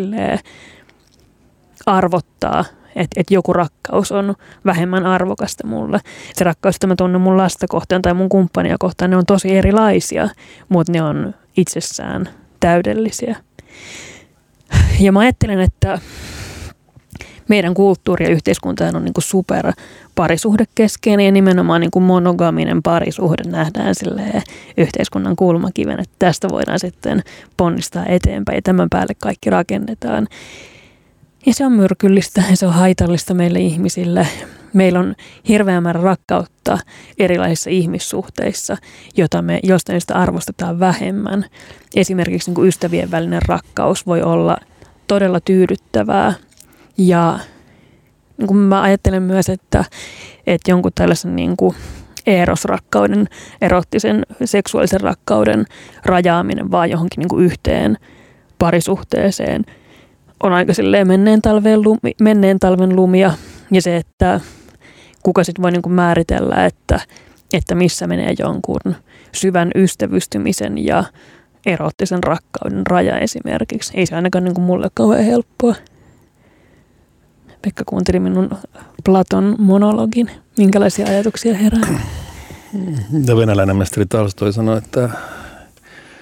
arvottaa, että joku rakkaus on vähemmän arvokasta mulle. Se rakkaus, jota mä tunnen mun lasta kohtaan tai mun kumppania kohtaan, ne on tosi erilaisia, mutta ne on itsessään täydellisiä. Ja mä ajattelen, että meidän kulttuuri ja yhteiskunta on niin kuin super parisuhdekeskeinen ja nimenomaan niin kuin monogaminen parisuhde nähdään yhteiskunnan kulmakiven, että tästä voidaan sitten ponnistaa eteenpäin ja tämän päälle kaikki rakennetaan. Ja se on myrkyllistä ja se on haitallista meille ihmisille. Meillä on hirveä määrä rakkautta erilaisissa ihmissuhteissa, josta niistä arvostetaan vähemmän. Esimerkiksi niin kuin ystävien välinen rakkaus voi olla todella tyydyttävää. Ja niin kuin mä ajattelen myös, että jonkun tällaisen niin kuin erosrakkauden, erottisen seksuaalisen rakkauden rajaaminen vaan johonkin niin kuin yhteen parisuhteeseen on aika silleen menneen talven lumia. Ja se, että kuka sitten voi niin kuin määritellä, että missä menee jonkun syvän ystävystymisen ja erottisen rakkauden raja esimerkiksi. Ei se ainakaan niin kuin mulle kauhean helppoa. Pekka kuunteli minun Platon monologin. Minkälaisia ajatuksia herää? Ja venäläinen mestari Tolstoi sanoi, että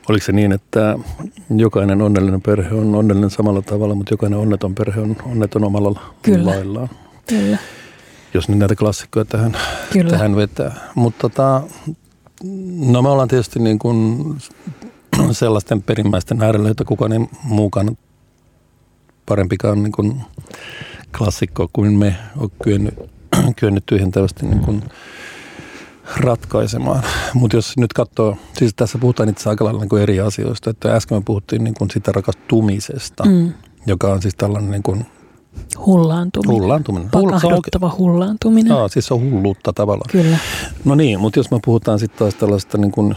Oliko se niin, että jokainen onnellinen perhe on onnellinen samalla tavalla, mutta jokainen onneton perhe on onneton omalla laillaan? Kyllä. Jos nyt näitä klassikkoja tähän vetää. Mutta no me ollaan tietysti niin kuin sellaisten perimmäisten äärellä, että kukaan ei muukaan parempikaan niin kuin klassikko kuin me on kyennyt tyhjentävästi niin kuin ratkaisemaan. Mutta jos nyt katsoo, siis tässä puhutaan itse aika lailla niin kuin eri asioista, että äsken me puhuttiin niin kuin sitä rakastumisesta, joka on siis tällainen niin kuin hullaantuminen. Pakahduttava hullaantuminen. Joo, siis se on hulluutta tavallaan. Kyllä. No niin, mutta jos me puhutaan sitten taas tällaista niin kuin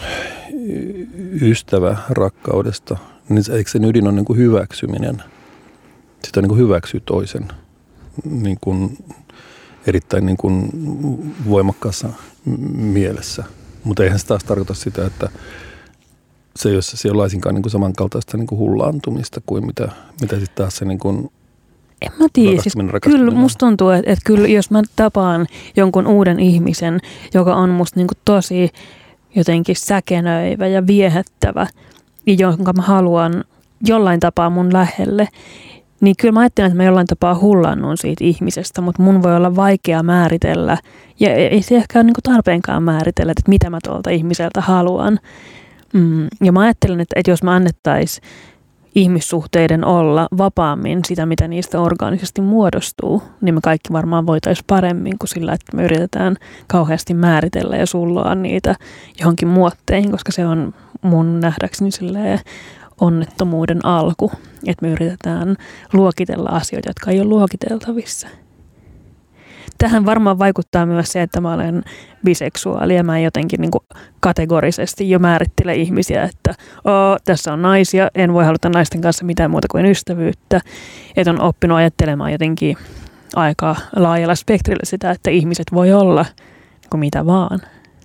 ystävärakkaudesta, niin eikö sen ydin on niin kuin hyväksyminen? Sitä niin kuin hyväksyy toisen niin kuin erittäin niin kuin voimakkaassa mielessä. Mutta eihän se taas tarkoita sitä, että se ei ole siellä laisinkaan niin kuin samankaltaista niin kuin hullaantumista kuin mitä sitten taas se niin kuin en mä tiedä. Siis kyllä musta tuntuu, että kyllä jos mä tapaan jonkun uuden ihmisen, joka on musta niin kuin tosi jotenkin säkenöivä ja viehättävä, jonka mä haluan jollain tapaa mun lähelle, niin kyllä mä ajattelen, että mä jollain tapaa hullannun siitä ihmisestä, mutta mun voi olla vaikea määritellä, ja ei se ehkä ole niin kuin tarpeenkaan määritellä, että mitä mä tuolta ihmiseltä haluan. Ja mä ajattelen, että jos mä annettaisiin ihmissuhteiden olla vapaammin sitä, mitä niistä orgaanisesti muodostuu, niin me kaikki varmaan voitaisiin paremmin kuin sillä, että me yritetään kauheasti määritellä ja sulloa niitä johonkin muotteihin, koska se on mun nähdäkseni silleen onnettomuuden alku, että me yritetään luokitella asioita, jotka ei ole luokiteltavissa. Tähän varmaan vaikuttaa myös se, että mä olen biseksuaali ja mä jotenkin niin kuin kategorisesti jo määrittele ihmisiä, että tässä on naisia, en voi haluta naisten kanssa mitään muuta kuin ystävyyttä. Että on oppinut ajattelemaan jotenkin aika laajalla spektrillä sitä, että ihmiset voi olla niin kuin mitä vaan.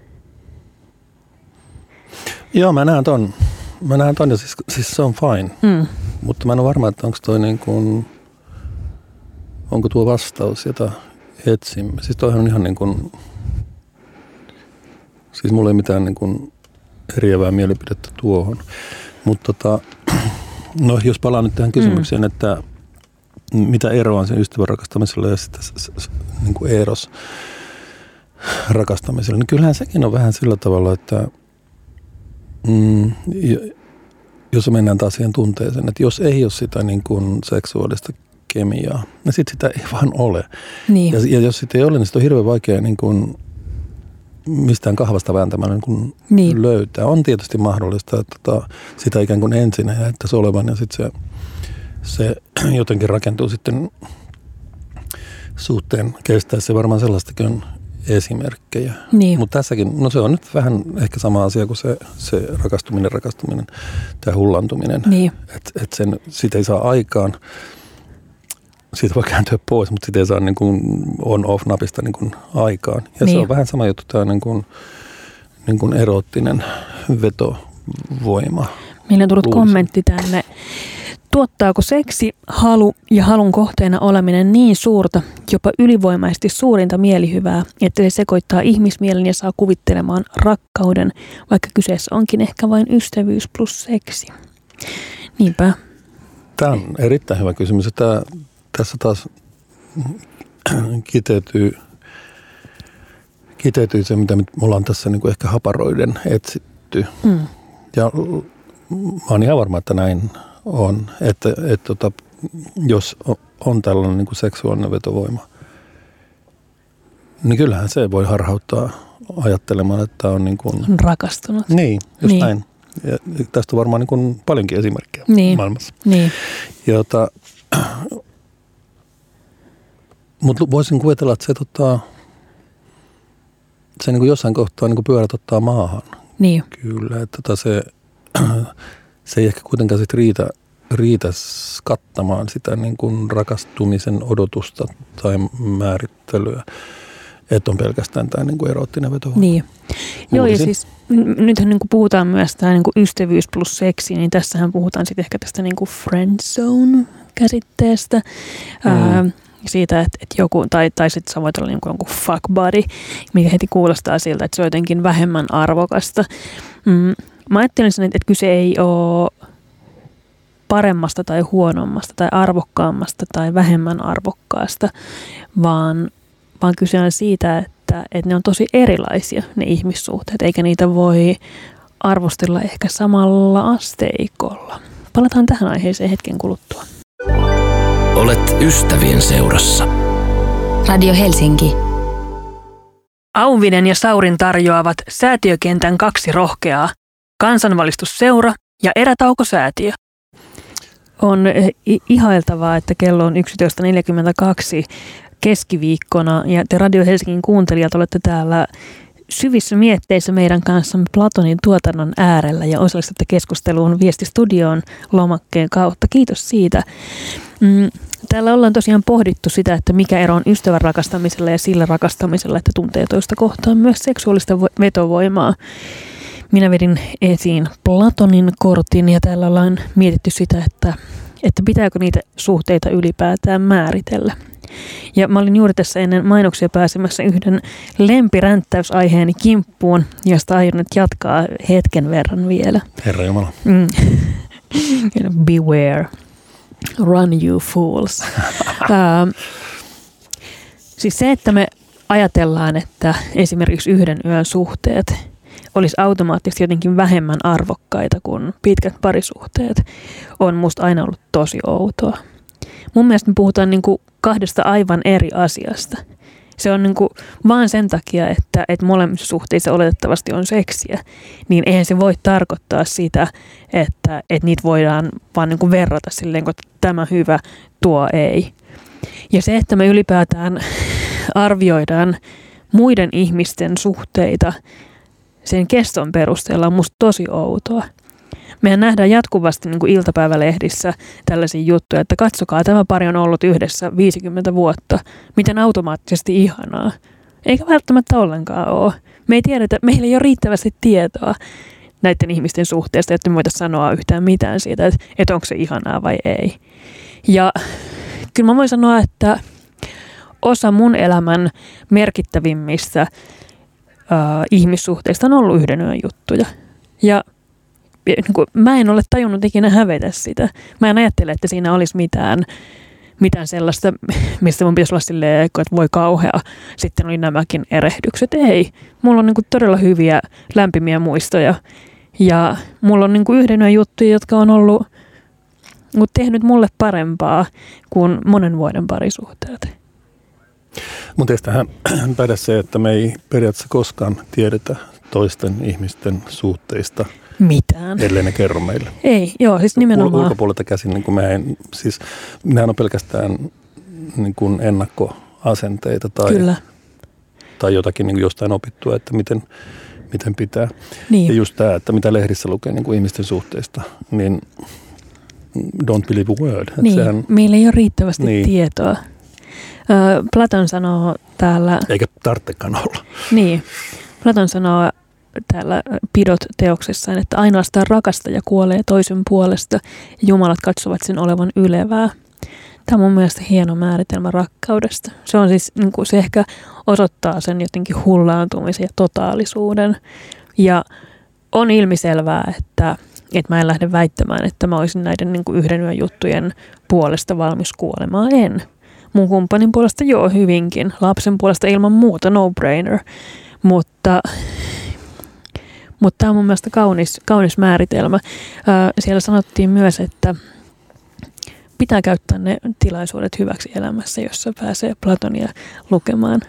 Joo, mä näen ton ja siis se on fine. Mutta mä en ole varma, että onko toi niin kuin, onko tuo vastaus, jota etsimme. Siis toihan on ihan niin kuin, siis mulla ei mitään niin kuin eriävää mielipidettä tuohon. Mutta no jos palaan nyt tähän kysymykseen, että mitä eroa on sen ystävän rakastamisella ja sitten niin kuin eros rakastamisella, niin kyllähän sekin on vähän sillä tavalla, että jos mennään taas siihen tunteeseen, että jos ei ole sitä niin kuin seksuaalista kemiaa, niin sitten sitä ei vaan ole. Niin. Ja jos sitä ei ole, niin sitten on hirveän vaikea niin kuin mistään kahvasta vääntämällä niin löytää. On tietysti mahdollista, että sitä ikään kuin ensin ja että se olevan ja sitten se jotenkin rakentuu sitten suhteen kestäessä. Varmaan sellaistakin on esimerkkejä. Niin. Mutta tässäkin, no se on nyt vähän ehkä sama asia kuin se rakastuminen, tämä hullantuminen. Niin. Että sitä ei saa aikaan. Siitä voi kääntyä pois, mutta sitä ei saa niin kuin on-off-napista niin kuin aikaan. Ja niin. Se on vähän sama juttu, tämä niin kuin eroottinen vetovoima. Meillä on tullut kommentti tänne. Tuottaako seksi, halu ja halun kohteena oleminen niin suurta, jopa ylivoimaisesti suurinta mielihyvää, että se sekoittaa ihmismielen ja saa kuvittelemaan rakkauden, vaikka kyseessä onkin ehkä vain ystävyys plus seksi? Niinpä. Tämä on erittäin hyvä kysymys. Tässä taas kiteytyy se, mitä me ollaan tässä niin kuin ehkä haparoiden etsitty. Ja mä oon ihan varma, että näin on. Että jos on tällainen niin kuin seksuaalinen vetovoima, niin kyllähän se voi harhauttaa ajattelemaan, että on niin kuin on rakastunut. Niin, just näin. Ja tästä on varmaan niin kuin paljonkin esimerkkejä maailmassa. Niin. Mutta voisin kuvitella, että se niin kuin jossain kohtaa niin kuin pyörät ottaa maahan. Niin. Kyllä, että se ei ehkä kuitenkaan sit riitä kattamaan sitä niin kuin rakastumisen odotusta tai määrittelyä, että on pelkästään tämä niin kuin eroottinen vetovoima. Niin. Joo, ja siis nythän niin kuin puhutaan myös tämä niin kuin ystävyys plus seksi, niin tässähän puhutaan sitten ehkä tästä niin kuin friend zone-käsitteestä. Siitä, että joku, tai sitten sä voit olla jonkun fuck buddy, mikä heti kuulostaa siltä, että se on jotenkin vähemmän arvokasta. mä ajattelin sen, että kyse ei ole paremmasta tai huonommasta tai arvokkaammasta tai vähemmän arvokkaasta, vaan kyse on siitä, että ne on tosi erilaisia ne ihmissuhteet, eikä niitä voi arvostella ehkä samalla asteikolla. Palataan tähän aiheeseen hetken kuluttua. Olet ystävien seurassa. Radio Helsinki. Auvinen ja Saurin tarjoavat Säätiökentän 2 rohkeaa, Kansanvalistusseura ja Erätauko-säätiö. On ihailtavaa, että kello on 11.42 keskiviikkona ja te Radio Helsingin kuuntelijat olette täällä syvissä mietteissä meidän kanssamme Platonin tuotannon äärellä ja osallistutte keskusteluun Viestistudioon lomakkeen kautta. Kiitos siitä. Täällä ollaan tosiaan pohdittu sitä, että mikä ero on ystävän rakastamisella ja sillä rakastamisella, että tuntee toista kohtaan myös seksuaalista vetovoimaa. Minä vedin esiin Platonin kortin ja täällä ollaan mietitty sitä, että pitääkö niitä suhteita ylipäätään määritellä. Ja mä olin juuri tässä ennen mainoksia pääsemässä yhden lempiränttäysaiheeni kimppuun, josta aion nyt jatkaa hetken verran vielä. Herra Jumala. Beware. Run you fools. Siis se, että me ajatellaan, että esimerkiksi yhden yön suhteet olisi automaattisesti jotenkin vähemmän arvokkaita kuin pitkät parisuhteet, on musta aina ollut tosi outoa. Mun mielestä me puhutaan niin kuin 2 aivan eri asiasta. Se on niin kuin vaan sen takia, että molemmissa suhteissa oletettavasti on seksiä, niin eihän se voi tarkoittaa sitä, että niitä voidaan vaan niin kuin verrata silleen, että tämä hyvä, tuo ei. Ja se, että me ylipäätään arvioidaan muiden ihmisten suhteita sen keston perusteella on musta tosi outoa. Mehän nähdään jatkuvasti niin kuin iltapäivälehdissä tällaisia juttuja, että katsokaa, tämä pari on ollut yhdessä 50 vuotta. Miten automaattisesti ihanaa. Eikä välttämättä ollenkaan ole. Me ei tiedetä, meillä ei ole riittävästi tietoa näiden ihmisten suhteesta, että me voitaisiin sanoa yhtään mitään siitä, että onko se ihanaa vai ei. Ja kyllä mä voin sanoa, että osa mun elämän merkittävimmistä ihmissuhteista on ollut yhden yön juttuja. Ja mä en ole tajunnut ikinä hävetä sitä. Mä en ajattele, että siinä olisi mitään sellaista, mistä mun pitäisi olla silleen, että voi kauhea. Sitten oli nämäkin erehdykset. Ei. Mulla on todella hyviä, lämpimiä muistoja. Ja mulla on yhden yön juttuja, jotka on ollut tehnyt mulle parempaa kuin monen vuoden parisuhteet. Mutta eikö tähän pädä se, että me ei periaatteessa koskaan tiedetä toisten ihmisten suhteista mitään. Ellei ne kerro meille. Ei, joo, siis nimenomaan. Ulkopuolelta käsin, niin nehän on pelkästään niin kuin ennakkoasenteita tai jotakin niin kuin jostain opittua, että miten pitää. Niin. Ja just tämä, että mitä lehdissä lukee niin kuin ihmisten suhteista, niin don't believe a word. Niin, meillä ei ole riittävästi tietoa. Platon sanoo täällä... Eikä tarvitsekaan olla. Niin, Platon sanoo täällä Pidot-teoksessaan, että ainoastaan rakastaja kuolee toisen puolesta ja jumalat katsovat sen olevan ylevää. Tämä on mun mielestä hieno määritelmä rakkaudesta. Se on siis, se ehkä osoittaa sen jotenkin hullaantumisen ja totaalisuuden. Ja on ilmiselvää, että mä en lähde väittämään, että mä olisin näiden yhden yön juttujen puolesta valmis kuolemaan. En. Mun kumppanin puolesta joo hyvinkin. Lapsen puolesta ilman muuta no-brainer. Mutta tämä on mun mielestä kaunis määritelmä. Siellä sanottiin myös, että pitää käyttää ne tilaisuudet hyväksi elämässä, jossa pääsee Platonia lukemaan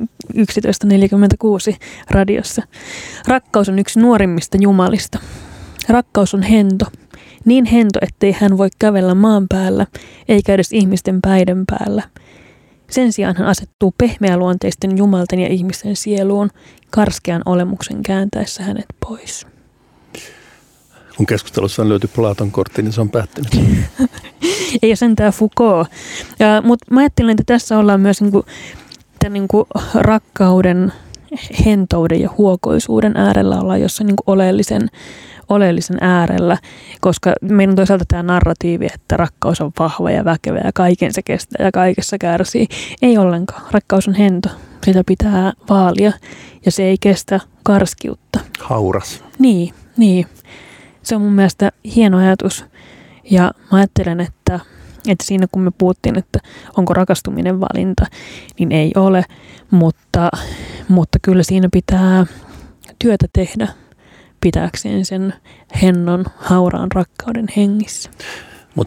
11.46 radiossa. Rakkaus on yksi nuorimmista jumalista. Rakkaus on hento. Niin hento, ettei hän voi kävellä maan päällä, eikä edes ihmisten päiden päällä. Sen sijaan hän asettuu pehmeäluonteisten jumalten ja ihmisten sieluun karskean olemuksen kääntäessä hänet pois. Kun keskustelussa on löyty Platon kortti, niin se on päättynyt. Ei ole sentään Foucault. Mutta mä ajattelen, että tässä ollaan myös tämän rakkauden, hentouden ja huokoisuuden äärellä ollaan jossain oleellisen äärellä, koska meillä on toisaalta tämä narratiivi, että rakkaus on vahva ja väkevä ja kaiken se kestää ja kaikessa kärsii. Ei ollenkaan. Rakkaus on hento. Sitä pitää vaalia ja se ei kestä karskiutta. Hauras. Niin. Niin. Se on mun mielestä hieno ajatus. Ja mä ajattelen, että siinä kun me puhuttiin, että onko rakastuminen valinta, niin ei ole. Mutta kyllä siinä pitää työtä tehdä pitääkseen sen hennon, hauraan rakkauden hengissä. Mutta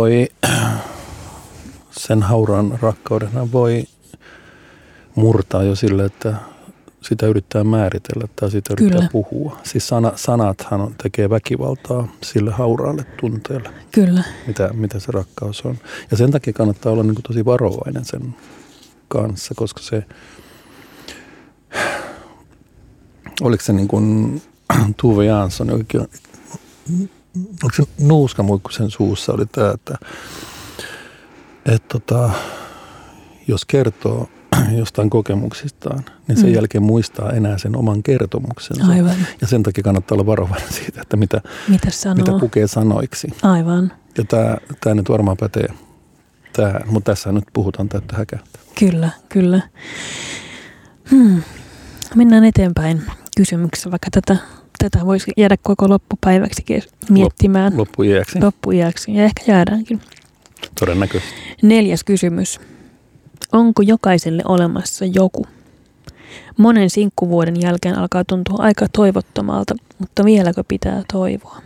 sen hauraan rakkauden voi murtaa jo sille, että sitä yrittää määritellä tai sitä yrittää puhua. Siis sanathan tekee väkivaltaa sille hauraalle tunteelle. Kyllä. Mitä se rakkaus on. Ja sen takia kannattaa olla niin kuin tosi varovainen sen kanssa, koska se, oliko se niin kuin Tove Jansson, onko se nuuskamuikku sen suussa oli tämä, että jos kertoo jostain kokemuksistaan, niin sen jälkeen muistaa enää sen oman kertomuksensa. Aivan. Ja sen takia kannattaa olla varovainen siitä, että mitä pukee sanoiksi. Aivan. Ja tämä nyt varmaan pätee tähän, mutta tässä nyt puhutaan täyttä häkäyttä. Kyllä. Mennään eteenpäin kysymyksessä, vaikka tätä voisi jäädä koko loppupäiväksi miettimään. Loppuiäksi. Ja ehkä jäädäänkin. Todennäköisesti. 4. kysymys. Onko jokaiselle olemassa joku? Monen sinkkuvuoden jälkeen alkaa tuntua aika toivottomalta, mutta vieläkö pitää toivoa?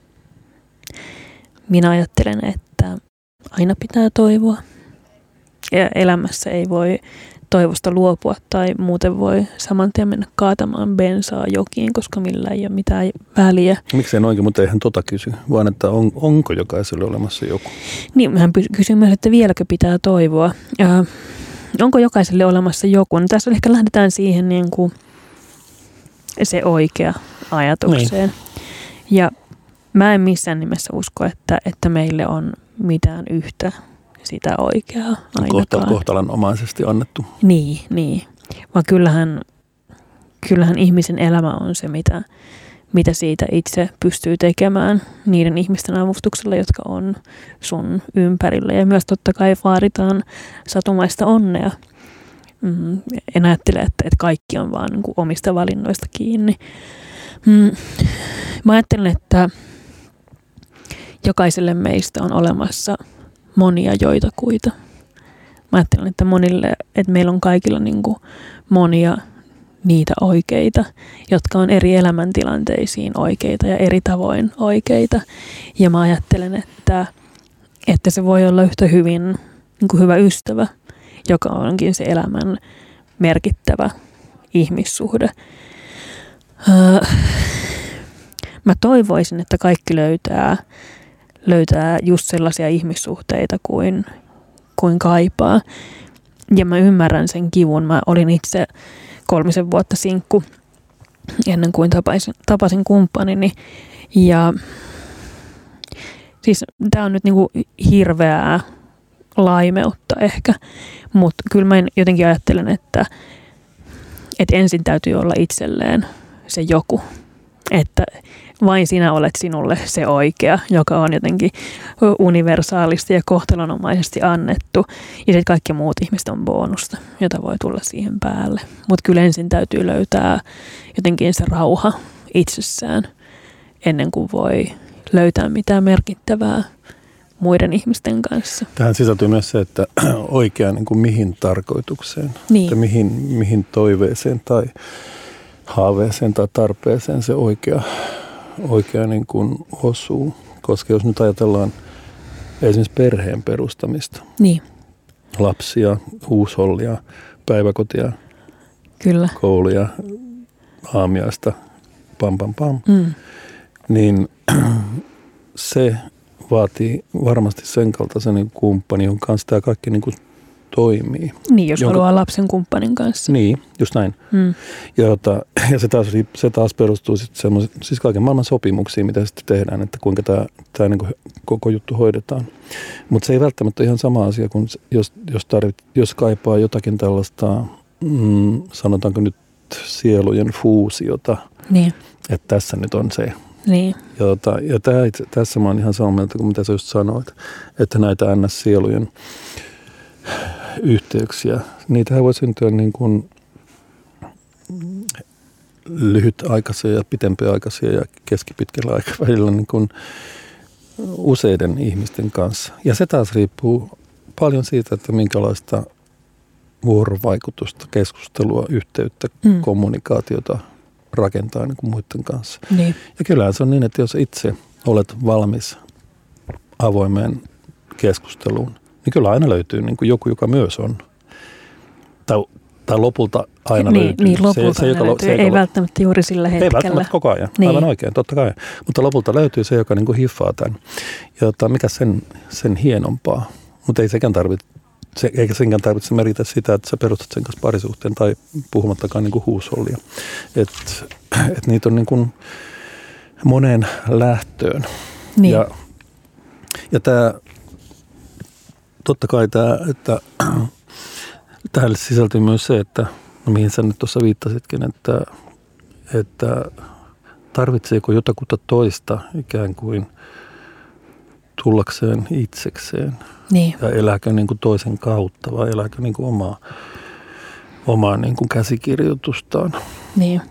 Minä ajattelen, että aina pitää toivoa. Ja elämässä ei voi toivosta luopua tai muuten voi saman tien mennä kaatamaan bensaa jokiin, koska millä ei ole mitään väliä. Miksei oikein, mutta eihän kysy, vaan että onko jokaiselle olemassa joku? Niin, hän kysyy myös, että vieläkö pitää toivoa. Onko jokaiselle olemassa joku? No, tässä ehkä lähdetään siihen niin kuin se oikea ajatukseen. Niin. Ja mä en missään nimessä usko, että meille on mitään yhtä sitä oikeaa ainakaan. Kohtalanomaisesti annettu. Niin. Vaan kyllähän ihmisen elämä on se, mitä siitä itse pystyy tekemään niiden ihmisten avustuksella, jotka on sun ympärillä. Ja myös totta kai vaaditaan satumaista onnea. En ajattele, että kaikki on vaan niin kuin omista valinnoista kiinni. Mä ajattelen, että jokaiselle meistä on olemassa monia joitakuita. Mä ajattelen, että että meillä on kaikilla niin kuin monia niitä oikeita, jotka on eri elämäntilanteisiin oikeita ja eri tavoin oikeita. Ja mä ajattelen, että se voi olla yhtä hyvin niin kuin hyvä ystävä, joka onkin se elämän merkittävä ihmissuhde. Mä toivoisin, että kaikki löytää just sellaisia ihmissuhteita kuin kaipaa. Ja mä ymmärrän sen kivun. Mä olin itse 3 vuotta sinkku ennen kuin tapasin kumppanini. Ja siis tää on nyt niinku hirveää laimeutta ehkä, mutta kyllä mä jotenkin ajattelen, että ensin täytyy olla itselleen se joku. Että vain sinä olet sinulle se oikea, joka on jotenkin universaalisti ja kohtalonomaisesti annettu. Ja sitten kaikki muut ihmiset on bonusta, jota voi tulla siihen päälle. Mutta kyllä ensin täytyy löytää jotenkin se rauha itsessään, ennen kuin voi löytää mitään merkittävää muiden ihmisten kanssa. Tähän sisältyy myös se, että oikea niin kuin mihin tarkoitukseen, niin. Että mihin toiveeseen tai haaveeseen tai tarpeeseen se oikea niin kuin osuu. Koska jos nyt ajatellaan esimerkiksi perheen perustamista, niin. Lapsia, huushollia, päiväkotia, kyllä. Kouluja, aamiaista, pam, niin se vaatii varmasti sen kaltaisen kumppani, jonka kanssa tämä kaikki niin kuin toimii. Niin, jos haluaa lapsen kumppanin kanssa. Niin, just näin. Ja se taas perustuu siis kaiken maailman sopimuksiin, mitä sitten tehdään, että kuinka tämä niin kuin koko juttu hoidetaan. Mutta se ei välttämättä ole ihan sama asia, kuin jos kaipaa jotakin tällaista, sanotaanko nyt sielujen fuusiota, niin. Että tässä nyt on se. Niin. Ja tässä mä oon ihan samaa mieltä kuin mitä sä just sanoit, että näitä NS-sielujen yhteyksiä, niitähän voi syntyä niin kuin lyhytaikaisia ja pitempiaikaisia ja keskipitkällä aikavälillä niin kuin useiden ihmisten kanssa. Ja se taas riippuu paljon siitä, että minkälaista vuorovaikutusta, keskustelua, yhteyttä, kommunikaatiota rakentaa niin kuin muiden kanssa. Niin. Ja kyllähän se on niin, että jos itse olet valmis avoimeen keskusteluun, niin kyllä aina löytyy niin kuin joku, joka myös on. Tai lopulta aina löytyy. Niin, lopulta löytyy. Ei välttämättä juuri sillä hetkellä. Ei välttämättä koko ajan, niin. Aivan oikein, totta kai. Mutta lopulta löytyy se, joka niin kuin hiffaa tämän. Ja mikä sen hienompaa. Mutta ei sekään eikä senkään tarvitse meritä sitä, että sä perustat sen kanssa parisuhteen tai puhumattakaan niin kuin huushollia. Et niitä on niin kuin moneen lähtöön. Niin. Ja tämä, totta kai että tähän sisältyy myös se, että mihin sä nyt tuossa viittasitkin, että tarvitseeko jotakuta toista ikään kuin tullakseen itsekseen. Niin. Ja elääkö niin kuin toisen kautta vai elääkö niin kuin omaa niin kuin käsikirjoitustaan. Niin.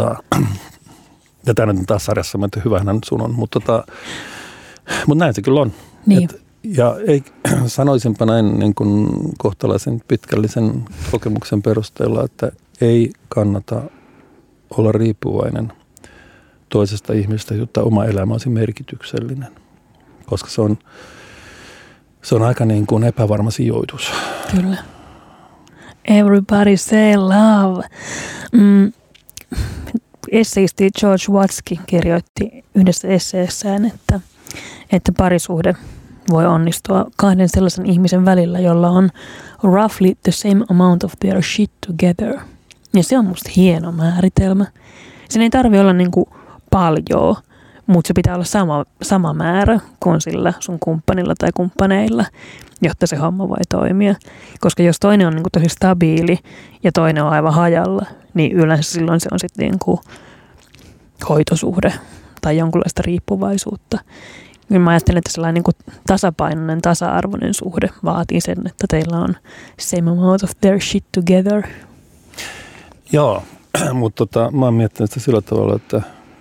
Ja tämä nyt on taas sarjassa, että hyvähän sun on, mutta näin se kyllä on. Niin. Sanoisinpa näin niin kuin kohtalaisen pitkällisen kokemuksen perusteella, että ei kannata olla riippuvainen toisesta ihmisestä, jotta oma elämä olisi merkityksellinen. Koska se on aika niin kuin epävarma sijoitus. Kyllä. Everybody say love. Esseisti George Watsky kirjoitti yhdessä esseessään, että parisuhde voi onnistua kahden sellaisen ihmisen välillä, jolla on roughly the same amount of their shit together. Ja se on musta hieno määritelmä. Sen ei tarvitse olla niin kuin paljon, mutta se pitää olla sama määrä kuin sillä sun kumppanilla tai kumppaneilla, jotta se homma voi toimia. Koska jos toinen on niin kuin tosi stabiili ja toinen on aivan hajalla, niin yleensä silloin se on sitten niin kuin hoitosuhde tai jonkunlaista riippuvaisuutta. Kyllä mä ajattelen, että sellainen niin kuin tasapainoinen, tasa-arvoinen suhde vaatii sen, että teillä on same amount of their shit together. Joo, mutta mä oon miettinyt sitä sillä tavalla, että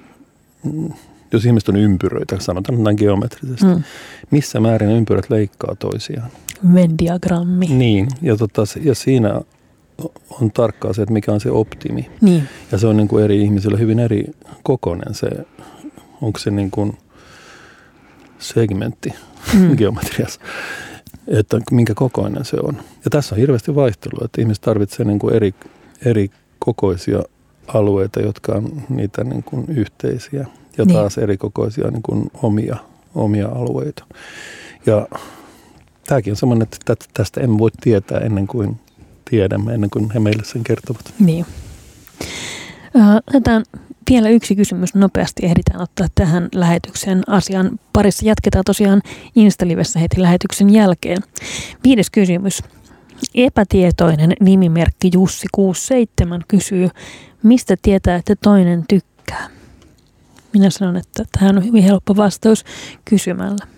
jos ihmiset on ympyröitä, sanotaan näin geometrisesti, missä määrin ympyrät leikkaa toisiaan? Venn-diagrammi. Niin, ja siinä on tarkkaa se, että mikä on se optimi. Niin. Ja se on niin kuin eri ihmisillä hyvin eri kokoinen se, onko se niin kuin segmentti geometriassa, että minkä kokoinen se on. Ja tässä on hirveästi vaihtelua, että ihmiset tarvitsee niin kuin eri kokoisia alueita, jotka on niitä niin kuin yhteisiä ja taas eri kokoisia niin kuin omia alueita. Ja tämäkin on semmoinen, että tästä emme voi tietää ennen kuin tiedämme, ennen kuin he meille sen kertovat. Niin. Otetaan vielä yksi kysymys nopeasti, ehditään ottaa tähän lähetyksen asian parissa. Jatketaan tosiaan Insta-livessä heti lähetyksen jälkeen. 5. kysymys. Epätietoinen nimimerkki Jussi67 kysyy, mistä tietää, että toinen tykkää? Minä sanon, että tähän on hyvin helppo vastaus kysymällä.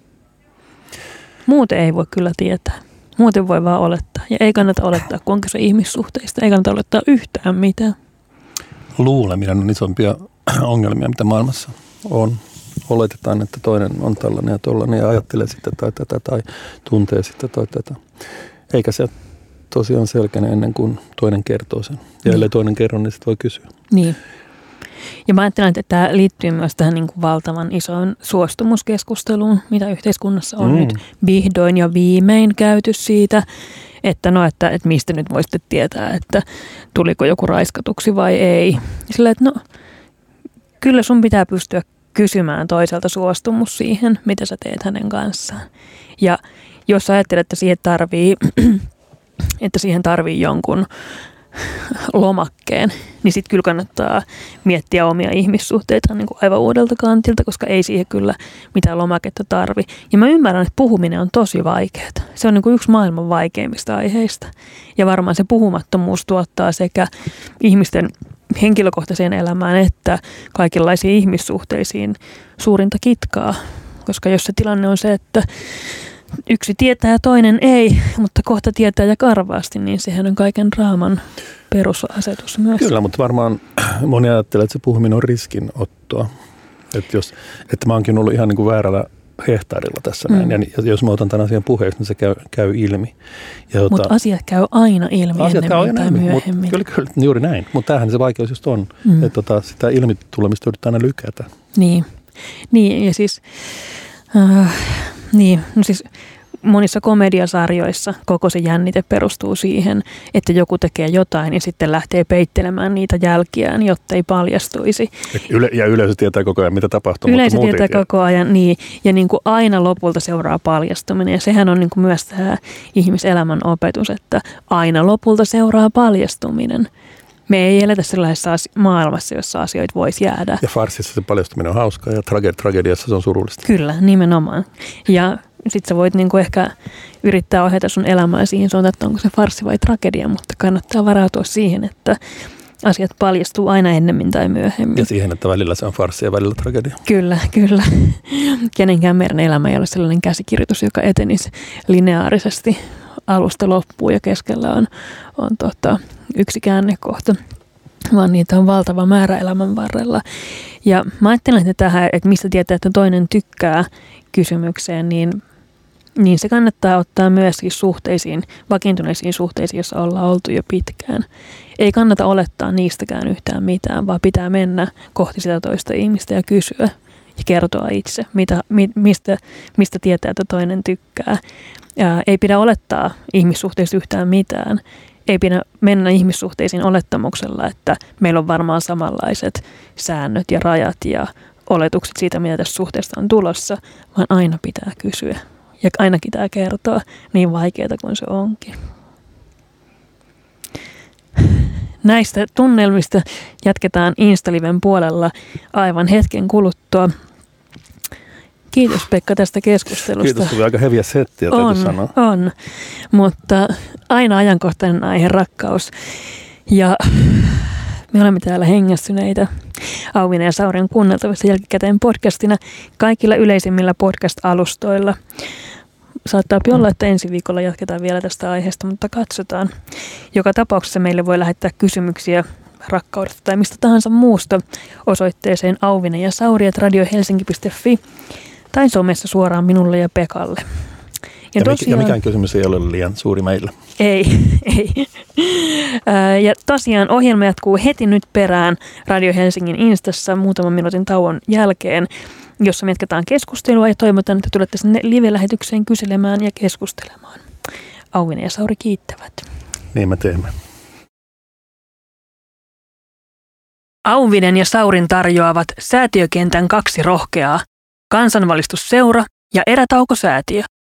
Muuten ei voi kyllä tietää. Muuten voi vaan olettaa. Ja ei kannata olettaa, kuinka se ihmissuhteista. Ei kannata olettaa yhtään mitään. Luuleminen on isompia ongelmia, mitä maailmassa on. Oletetaan, että toinen on tällainen ja tollainen ja ajattelee sitä tai tätä tai tuntee sitä tai tätä. Eikä se tosiaan selkeä ennen kuin toinen kertoo sen. Ja ellei toinen kerro, niin sitten voi kysyä. Niin. Ja mä ajattelen, että tämä liittyy myös tähän niin kuin valtavan isoon suostumuskeskusteluun, mitä yhteiskunnassa on nyt vihdoin ja viimein käyty siitä, että mistä nyt voisitte tietää, että tuliko joku raiskatuksi vai ei. Sillä, että kyllä sun pitää pystyä kysymään toiselta suostumus siihen, mitä sä teet hänen kanssaan. Ja jos ajattelet, että siihen tarvii jonkun lomakkeen, niin sitten kyllä kannattaa miettiä omia ihmissuhteita niin kuin aivan uudelta kantilta, koska ei siihen kyllä mitään lomaketta tarvi. Ja mä ymmärrän, että puhuminen on tosi vaikeaa. Se on niin kuin yksi maailman vaikeimmista aiheista. Ja varmaan se puhumattomuus tuottaa sekä ihmisten henkilökohtaiseen elämään että kaikenlaisiin ihmissuhteisiin suurinta kitkaa. Koska jos se tilanne on se, että yksi tietää ja toinen ei, mutta kohta tietää ja karvaasti, niin sehän on kaiken draaman perusasetus myös. Kyllä, mutta varmaan moni ajattelee, että se puhuminen on riskinottoa. Että mä oonkin ollut ihan niin kuin väärällä hehtaarilla tässä näin. Ja jos mä otan tämän asian puheeksi, niin se käy ilmi. Mutta asiat käy aina ilmi ennemmin tai myöhemmin. Kyllä, juuri näin. Mutta tämähän se vaikeus just on, että sitä ilmitulemista yritetään aina lykätä. Niin ja siis, no siis monissa komediasarjoissa koko se jännite perustuu siihen, että joku tekee jotain ja sitten lähtee peittelemään niitä jälkiään, jotta ei paljastuisi. Ja yleisö tietää koko ajan, mitä tapahtuu. Yleisö tietää koko ajan, niin. Ja niin kuin aina lopulta seuraa paljastuminen. Ja sehän on niin kuin myös tämä ihmiselämän opetus, että aina lopulta seuraa paljastuminen. Me ei eletä sellaisessa maailmassa, jossa asioita voisi jäädä. Ja farsissa se paljastuminen on hauskaa ja tragediassa se on surullista. Kyllä, nimenomaan. Ja sitten sä voit niinku ehkä yrittää ohjata sun elämää siihen suuntaan, että onko se farssi vai tragedia, mutta kannattaa varautua siihen, että asiat paljastuu aina ennemmin tai myöhemmin. Ja siihen, että välillä se on farssi ja välillä tragedia. Kyllä. Kenenkään meidän elämä ei ole sellainen käsikirjoitus, joka etenisi lineaarisesti alusta loppuun ja keskellä on yksi käännekohta, vaan niitä on valtava määrä elämän varrella. Ja mä ajattelen, että tähän, että mistä tietää, että toinen tykkää kysymykseen, niin se kannattaa ottaa myöskin suhteisiin, vakiintuneisiin suhteisiin, joissa ollaan oltu jo pitkään. Ei kannata olettaa niistäkään yhtään mitään, vaan pitää mennä kohti sitä toista ihmistä ja kysyä ja kertoa itse, mistä tietää, että toinen tykkää. Ja ei pidä olettaa ihmissuhteista yhtään mitään. Ei pidä mennä ihmissuhteisiin olettamuksella, että meillä on varmaan samanlaiset säännöt ja rajat ja oletukset siitä, mitä tässä suhteesta on tulossa, vaan aina pitää kysyä. Ja aina pitää kertoa, niin vaikeaa kuin se onkin. Näistä tunnelmista jatketaan Instaliven puolella aivan hetken kuluttua. Kiitos Pekka tästä keskustelusta. Kiitos, oli aika heviä settiä, täytyy sanoa. On, mutta aina ajankohtainen aihe, rakkaus. Ja me olemme täällä hengästyneitä Auvinen ja Saurin kuunneltavassa jälkikäteen podcastina kaikilla yleisimmillä podcast-alustoilla. Saattaa olla, että ensi viikolla jatketaan vielä tästä aiheesta, mutta katsotaan. Joka tapauksessa meille voi lähettää kysymyksiä rakkaudesta tai mistä tahansa muusta osoitteeseen auvinen-ja-sauri@radiohelsinki.fi tai somessa suoraan minulle ja Pekalle. Ja mikään kysymys ei ole liian suuri meillä. Ei. Ja tosiaan ohjelma jatkuu heti nyt perään Radio Helsingin Instassa muutaman minuutin tauon jälkeen, jossa me jatketaan keskustelua ja toivotan, että tulette sinne live-lähetykseen kyselemään ja keskustelemaan. Auvinen ja Sauri kiittävät. Niin me teemme. Auvinen ja Saurin tarjoavat Säätiökentän 2 rohkeaa, Kansanvalistusseura ja Erätauko-säätiö.